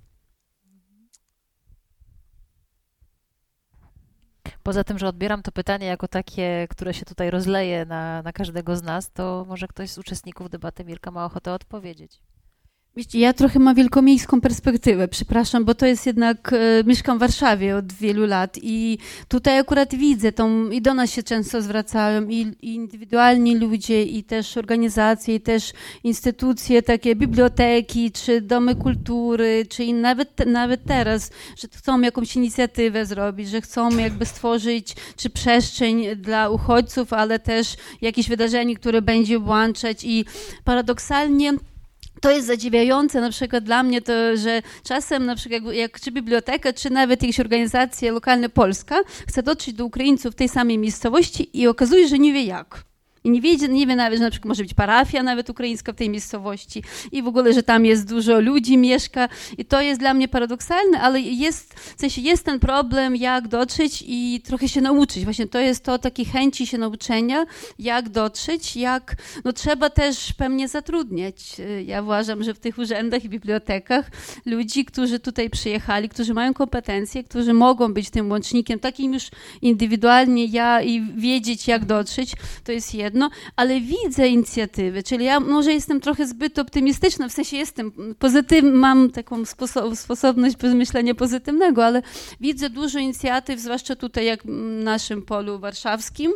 Poza tym, że odbieram to pytanie jako takie, które się tutaj rozleje na każdego z nas, to może ktoś z uczestników debaty Mirka ma ochotę odpowiedzieć. Wiecie, ja trochę mam wielkomiejską perspektywę, przepraszam, bo to jest jednak, mieszkam w Warszawie od wielu lat i tutaj akurat widzę i do nas się często zwracają i indywidualni ludzie, i też organizacje, i też instytucje, takie biblioteki, czy domy kultury, czy nawet teraz, że chcą jakąś inicjatywę zrobić, że chcą jakby stworzyć czy przestrzeń dla uchodźców, ale też jakieś wydarzenie, które będzie włączać i paradoksalnie to jest zadziwiające na przykład dla mnie to, że czasem na przykład jak czy biblioteka, czy nawet jakaś organizacja lokalna polska chce dotrzeć do Ukraińców w tej samej miejscowości i okazuje, że nie wie jak. I nie wie nawet, że na przykład może być parafia nawet ukraińska w tej miejscowości i w ogóle, że tam jest dużo ludzi, mieszka i to jest dla mnie paradoksalne, ale jest ten problem, jak dotrzeć i trochę się nauczyć. Właśnie to jest to takiej chęci się nauczenia, jak dotrzeć, trzeba też pewnie zatrudniać. Ja uważam, że w tych urzędach i bibliotekach ludzi, którzy tutaj przyjechali, którzy mają kompetencje, którzy mogą być tym łącznikiem, takim już indywidualnie i wiedzieć, jak dotrzeć, to jest jedno, ale widzę inicjatywy, czyli ja może jestem trochę zbyt optymistyczna, w sensie mam taką sposobność myślenia pozytywnego, ale widzę dużo inicjatyw, zwłaszcza tutaj jak w naszym polu warszawskim,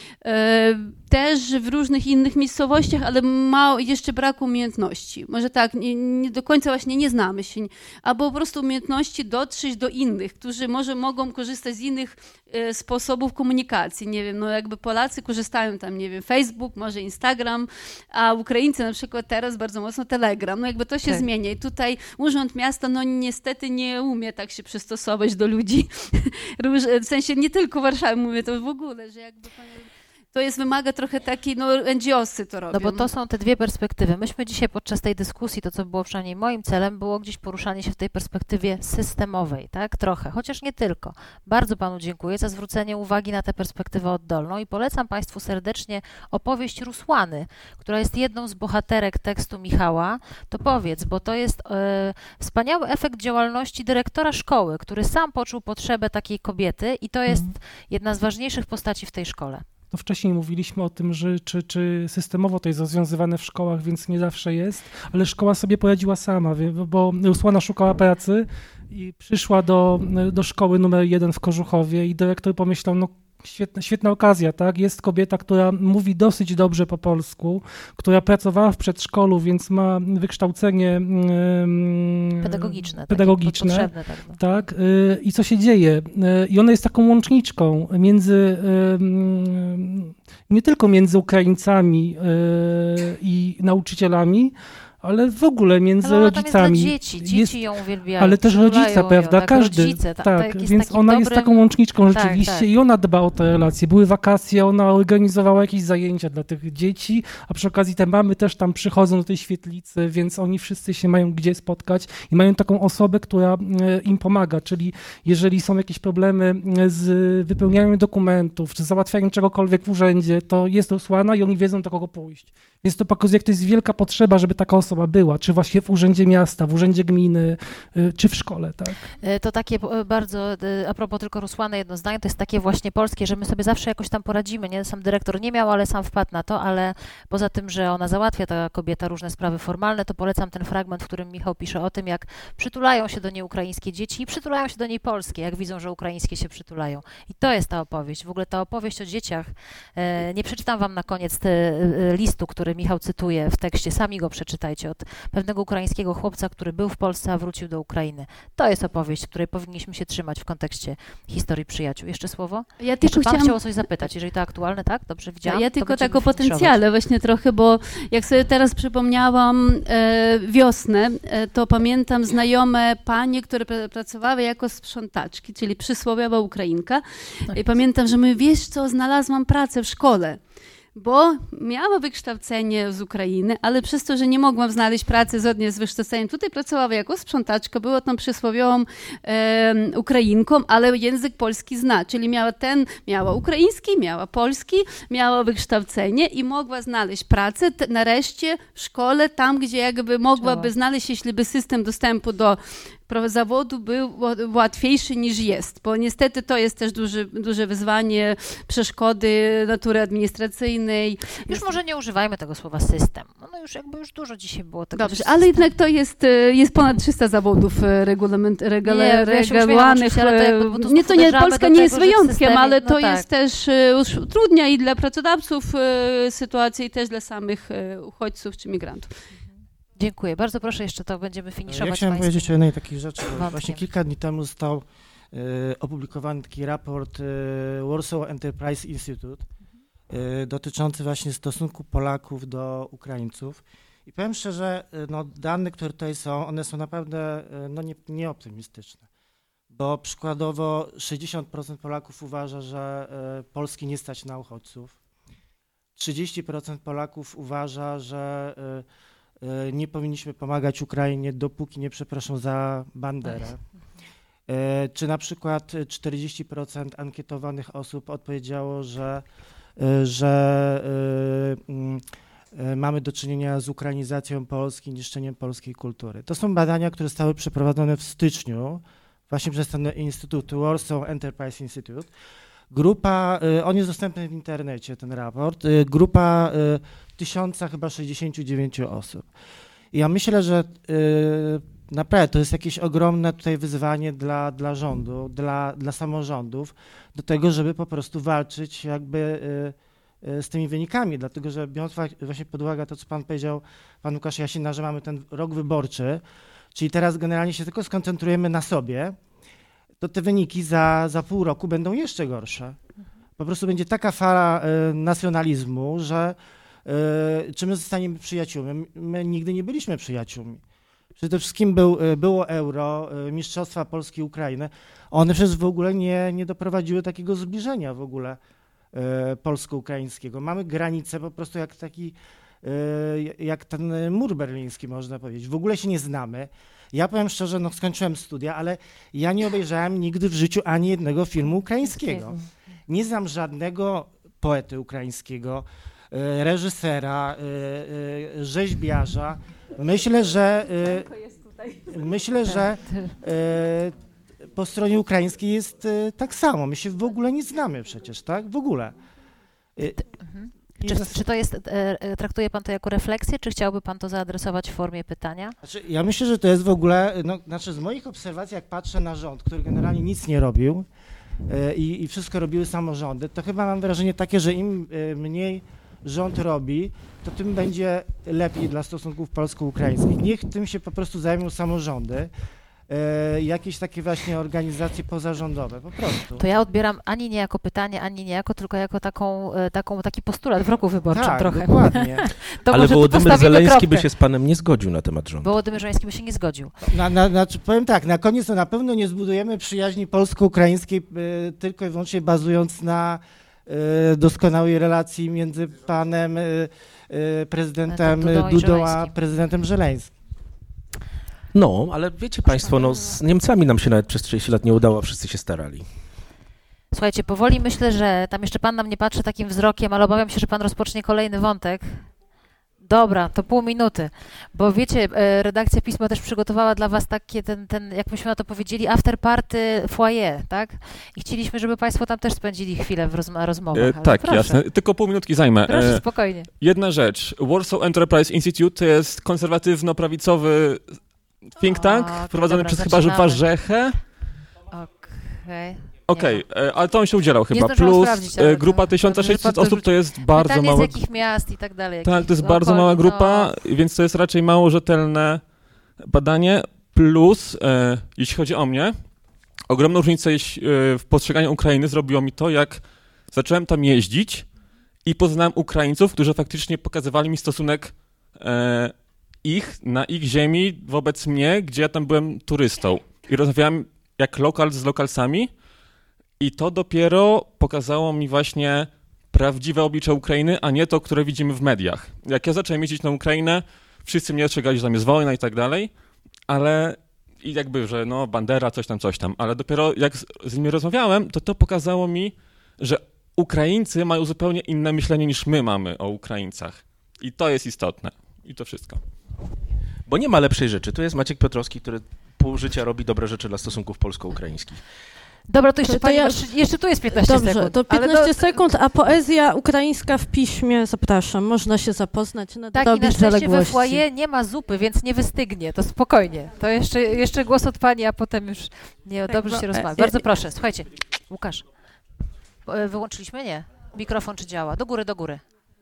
też w różnych innych miejscowościach, ale jeszcze brak umiejętności. Może tak, nie do końca właśnie nie znamy się, albo po prostu umiejętności dotrzeć do innych, którzy może mogą korzystać z innych sposobów komunikacji. Nie wiem, jakby Polacy korzystają tam, nie wiem, Facebook, może Instagram, a Ukraińcy na przykład teraz bardzo mocno Telegram. Jakby to się zmienia i tutaj Urząd Miasta niestety nie umie tak się przystosować do ludzi. W sensie nie tylko Warszawy, mówię to w ogóle, że jakby to wymaga trochę takiej, NGO-sy to robią. No bo to są te dwie perspektywy. Myśmy dzisiaj podczas tej dyskusji, to co było przynajmniej moim celem, było gdzieś poruszanie się w tej perspektywie systemowej, tak? Trochę, chociaż nie tylko. Bardzo panu dziękuję za zwrócenie uwagi na tę perspektywę oddolną i polecam państwu serdecznie opowieść Rusłany, która jest jedną z bohaterek tekstu Michała. To powiedz, bo to jest wspaniały efekt działalności dyrektora szkoły, który sam poczuł potrzebę takiej kobiety i to jest jedna z ważniejszych postaci w tej szkole. To wcześniej mówiliśmy o tym, że czy systemowo to jest rozwiązywane w szkołach, więc nie zawsze jest, ale szkoła sobie poradziła sama, bo Rusłana szukała pracy i przyszła do szkoły numer 1 w Kożuchowie i dyrektor pomyślał, świetna okazja, tak? Jest kobieta, która mówi dosyć dobrze po polsku, która pracowała w przedszkolu, więc ma wykształcenie pedagogiczne. Potrzebne, tak. Tak? I co się dzieje? I ona jest taką łączniczką nie tylko między Ukraińcami i nauczycielami, ale w ogóle między ale ona rodzicami. Tam jest dla dzieci ją uwielbiają. Ale też rodzice, prawda? Tak, Każdy. rodzice, tak, jest więc ona jest taką łączniczką rzeczywiście tak. i ona dba o te relacje. Były wakacje, ona organizowała jakieś zajęcia dla tych dzieci, a przy okazji te mamy też tam przychodzą do tej świetlicy, więc oni wszyscy się mają gdzie spotkać i mają taką osobę, która im pomaga, czyli jeżeli są jakieś problemy z wypełnianiem dokumentów, czy załatwianiem czegokolwiek w urzędzie, to jest osłana i oni wiedzą, do kogo pójść. Więc to pokazuje, jak to jest wielka potrzeba, żeby taka osoba była, czy właśnie w urzędzie miasta, w urzędzie gminy, czy w szkole, tak? To takie bardzo, a propos tylko Rusłana, jedno zdanie, to jest takie właśnie polskie, że my sobie zawsze jakoś tam poradzimy, nie? Sam dyrektor nie miał, ale sam wpadł na to, ale poza tym, że ona załatwia, ta kobieta, różne sprawy formalne, to polecam ten fragment, w którym Michał pisze o tym, jak przytulają się do niej ukraińskie dzieci i przytulają się do niej polskie, jak widzą, że ukraińskie się przytulają. I to jest ta opowieść. W ogóle ta opowieść o dzieciach, nie przeczytam wam na koniec listu, który Michał cytuje w tekście, sami go przeczytajcie, od pewnego ukraińskiego chłopca, który był w Polsce, a wrócił do Ukrainy. To jest opowieść, której powinniśmy się trzymać w kontekście historii przyjaciół. Jeszcze słowo? Ja tylko Pan chciał o coś zapytać, jeżeli to aktualne, tak? Dobrze widziałam? Ja tylko tak o potencjale właśnie trochę, bo jak sobie teraz przypomniałam wiosnę, to pamiętam znajome panie, które pracowały jako sprzątaczki, czyli przysłowiowa Ukrainka. I pamiętam, że mówię, wiesz co, znalazłam pracę w szkole. Bo miała wykształcenie z Ukrainy, ale przez to, że nie mogłam znaleźć pracy zgodnie z wykształceniem, tutaj pracowała jako sprzątaczka, była tam przysłowiową Ukrainką, ale język polski zna, czyli miała ukraiński, miała polski, miała wykształcenie i mogła znaleźć pracę nareszcie w szkole, tam gdzie jakby mogłaby znaleźć, jeśli by system dostępu do zawodu był łatwiejszy niż jest, bo niestety to jest też duże wyzwanie, przeszkody natury administracyjnej. Już może nie używajmy tego słowa system. No już dużo dzisiaj było tego. Dobrze, ale jednak to jest ponad 300 zawodów regulowanych. Polska nie jest wyjątkiem, ale to jest też utrudnia i dla pracodawców sytuację i też dla samych uchodźców czy migrantów. Dziękuję. Bardzo proszę, jeszcze to będziemy finiszować. Ja chciałem powiedzieć o jednej takiej rzeczy. Właśnie kilka dni temu został opublikowany taki raport Warsaw Enterprise Institute dotyczący właśnie stosunku Polaków do Ukraińców. I powiem szczerze, dane, które tutaj są, one są naprawdę nieoptymistyczne. Bo przykładowo 60% Polaków uważa, że Polski nie stać na uchodźców. 30% Polaków uważa, że nie powinniśmy pomagać Ukrainie, dopóki nie przeproszą za Banderę. Czy na przykład 40% ankietowanych osób odpowiedziało, że mamy do czynienia z ukrainizacją Polski, niszczeniem polskiej kultury. To są badania, które zostały przeprowadzone w styczniu właśnie przez ten instytut, Warsaw Enterprise Institute. Grupa, on jest dostępny w internecie, ten raport, grupa 1069 osób. I ja myślę, że naprawdę to jest jakieś ogromne tutaj wyzwanie dla rządu, dla samorządów do tego, żeby po prostu walczyć jakby z tymi wynikami, dlatego że biorąc właśnie pod uwagę to, co pan powiedział, pan Łukasz Jasina, że mamy ten rok wyborczy, czyli teraz generalnie się tylko skoncentrujemy na sobie, to te wyniki za pół roku będą jeszcze gorsze. Po prostu będzie taka fala nacjonalizmu, że czy my zostaniemy przyjaciółmi? My nigdy nie byliśmy przyjaciółmi. Przede wszystkim było euro, mistrzostwa Polski i Ukrainy. One przecież w ogóle nie doprowadziły takiego zbliżenia w ogóle polsko-ukraińskiego. Mamy granicę po prostu jak ten mur berliński, można powiedzieć. W ogóle się nie znamy. Ja powiem szczerze, skończyłem studia, ale ja nie obejrzałem nigdy w życiu ani jednego filmu ukraińskiego. Nie znam żadnego poety ukraińskiego, reżysera, rzeźbiarza. Myślę, że po stronie ukraińskiej jest tak samo. My się w ogóle nie znamy przecież, tak? W ogóle. Czy to jest, traktuje pan to jako refleksję, czy chciałby pan to zaadresować w formie pytania? Ja myślę, że to jest w ogóle, z moich obserwacji, jak patrzę na rząd, który generalnie nic nie robił i wszystko robiły samorządy, to chyba mam wrażenie takie, że im mniej rząd robi, to tym będzie lepiej dla stosunków polsko-ukraińskich. Niech tym się po prostu zajmą samorządy. jakieś takie właśnie organizacje pozarządowe, po prostu. To ja odbieram ani nie jako pytanie, ani nie jako, tylko jako taki postulat w roku wyborczym tak, trochę. Dokładnie. Ale Wołodymyr Zeleński by się z panem nie zgodził na temat rządu. Wołodymyr Zeleński by się nie zgodził. Powiem tak, na koniec to na pewno nie zbudujemy przyjaźni polsko-ukraińskiej tylko i wyłącznie bazując na doskonałej relacji między panem prezydentem Dudą a prezydentem Żeleńskim. No, ale wiecie państwo, z Niemcami nam się nawet przez 30 lat nie udało, a wszyscy się starali. Słuchajcie, powoli myślę, że tam jeszcze pan na mnie patrzy takim wzrokiem, ale obawiam się, że pan rozpocznie kolejny wątek. Dobra, to pół minuty, bo wiecie, redakcja Pisma też przygotowała dla was takie jak myśmy na to powiedzieli, after party foyer, tak? I chcieliśmy, żeby państwo tam też spędzili chwilę w rozmowach. Tak, proszę. jasne. Tylko pół minutki zajmę. Proszę, spokojnie. Jedna rzecz. Warsaw Enterprise Institute to jest konserwatywno-prawicowy think tank prowadzony przez chyba Warzechę. Okej, ale to on się udzielał chyba. Plus grupa 1600 osób to jest bardzo pytanie mała... z jakich miast i tak dalej. Tak, to jest bardzo mała grupa, więc to jest raczej mało rzetelne badanie. Plus, jeśli chodzi o mnie, ogromną różnicę w postrzeganiu Ukrainy zrobiło mi to, jak zacząłem tam jeździć i poznałem Ukraińców, którzy faktycznie pokazywali mi stosunek na ich ziemi wobec mnie, gdzie ja tam byłem turystą. I rozmawiałem jak lokal z lokalsami. I to dopiero pokazało mi właśnie prawdziwe oblicze Ukrainy, a nie to, które widzimy w mediach. Jak ja zacząłem jeździć na Ukrainę, wszyscy mnie ostrzegali, że tam jest wojna i tak dalej, ale i jakby, że no Bandera, coś tam, ale dopiero jak z nimi rozmawiałem, to pokazało mi, że Ukraińcy mają zupełnie inne myślenie niż my mamy o Ukraińcach. I to jest istotne. I to wszystko. Bo nie ma lepszej rzeczy. Tu jest Maciek Piotrowski, który pół życia robi dobre rzeczy dla stosunków polsko-ukraińskich. Dobra, to jeszcze, jeszcze tu jest 15 sekund. Dobrze, to 15 sekund, a poezja ukraińska w piśmie, zapraszam, można się zapoznać, nadrobić zaległości. Tak, i na szczęście we foyer nie ma zupy, więc nie wystygnie, to spokojnie. To jeszcze głos od pani, a potem już dobrze się rozmawia. Bardzo proszę, słuchajcie, Łukasz, wyłączyliśmy? Nie. Mikrofon czy działa? Do góry.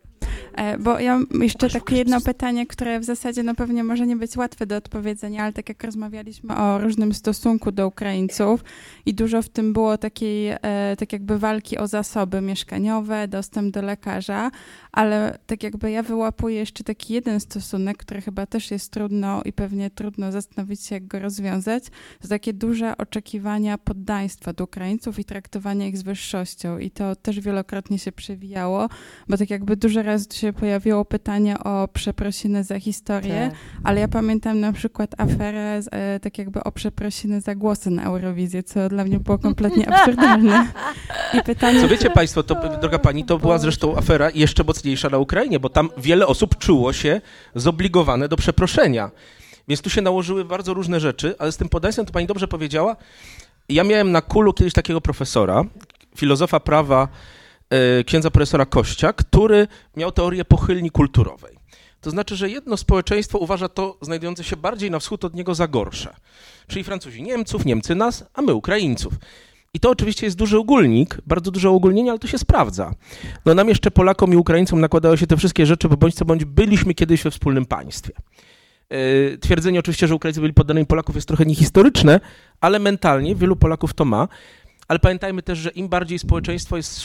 Bo ja mam jeszcze takie jedno pytanie, które w zasadzie pewnie może nie być łatwe do odpowiedzenia, ale tak jak rozmawialiśmy o różnym stosunku do Ukraińców i dużo w tym było takiej tak jakby walki o zasoby mieszkaniowe, dostęp do lekarza, ale tak jakby ja wyłapuję jeszcze taki jeden stosunek, który chyba też jest trudno i pewnie trudno zastanowić się, jak go rozwiązać, to takie duże oczekiwania poddaństwa do Ukraińców i traktowania ich z wyższością i to też wielokrotnie się przewijało, bo tak jakby dużo razy się pojawiło pytanie o przeprosiny za historię, tak. Ale ja pamiętam na przykład aferę tak jakby o przeprosiny za głosy na Eurowizję, co dla mnie było kompletnie absurdalne. I pytanie... Co wiecie państwo, to, droga pani, to była zresztą afera jeszcze mocniejsza na Ukrainie, bo tam wiele osób czuło się zobligowane do przeproszenia. Więc tu się nałożyły bardzo różne rzeczy, ale z tym podejściem to pani dobrze powiedziała. Ja miałem na KUL-u kiedyś takiego profesora, filozofa prawa, księdza profesora Kościa, który miał teorię pochylni kulturowej. To znaczy, że jedno społeczeństwo uważa to znajdujące się bardziej na wschód od niego za gorsze. Czyli Francuzi Niemców, Niemcy nas, a my Ukraińców. I to oczywiście jest duży ogólnik, bardzo duże ogólnienie, ale to się sprawdza. No nam jeszcze Polakom i Ukraińcom nakładały się te wszystkie rzeczy, bo bądź co bądź byliśmy kiedyś we wspólnym państwie. Twierdzenie oczywiście, że Ukraińcy byli poddanymi Polaków jest trochę niehistoryczne, ale mentalnie wielu Polaków to ma. Ale pamiętajmy też, że im bardziej społeczeństwo jest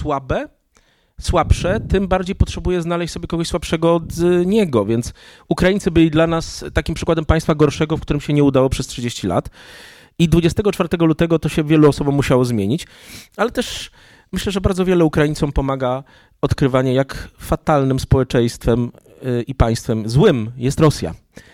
słabsze, tym bardziej potrzebuje znaleźć sobie kogoś słabszego od niego, więc Ukraińcy byli dla nas takim przykładem państwa gorszego, w którym się nie udało przez 30 lat i 24 lutego to się wielu osobom musiało zmienić, ale też myślę, że bardzo wiele Ukraińcom pomaga odkrywanie, jak fatalnym społeczeństwem i państwem złym jest Rosja.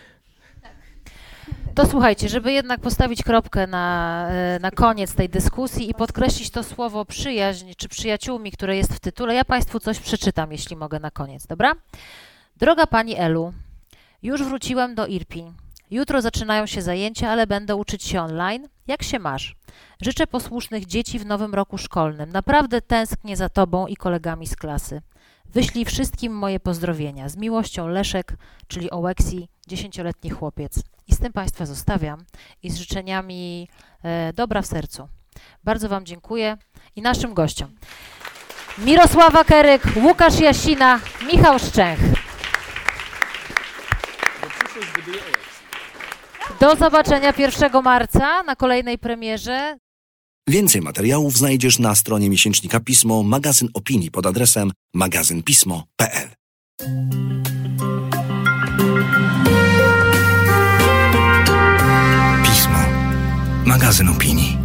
To słuchajcie, żeby jednak postawić kropkę na koniec tej dyskusji i podkreślić to słowo przyjaźń czy przyjaciółmi, które jest w tytule, ja Państwu coś przeczytam, jeśli mogę na koniec, dobra? Droga Pani Elu, już wróciłem do Irpiń. Jutro zaczynają się zajęcia, ale będę uczyć się online. Jak się masz? Życzę posłusznych dzieci w nowym roku szkolnym. Naprawdę tęsknię za Tobą i kolegami z klasy. Wyślij wszystkim moje pozdrowienia. Z miłością Leszek, czyli Ołeksji, 10-letni chłopiec. I z tym Państwa zostawiam i z życzeniami dobra w sercu. Bardzo Wam dziękuję i naszym gościom Mirosława Keryk, Łukasz Jasina, Michał Szczęch. Do zobaczenia 1 marca na kolejnej premierze. Więcej materiałów znajdziesz na stronie miesięcznika Pismo, magazyn opinii pod adresem magazynpismo.pl. Pismo. Magazyn opinii.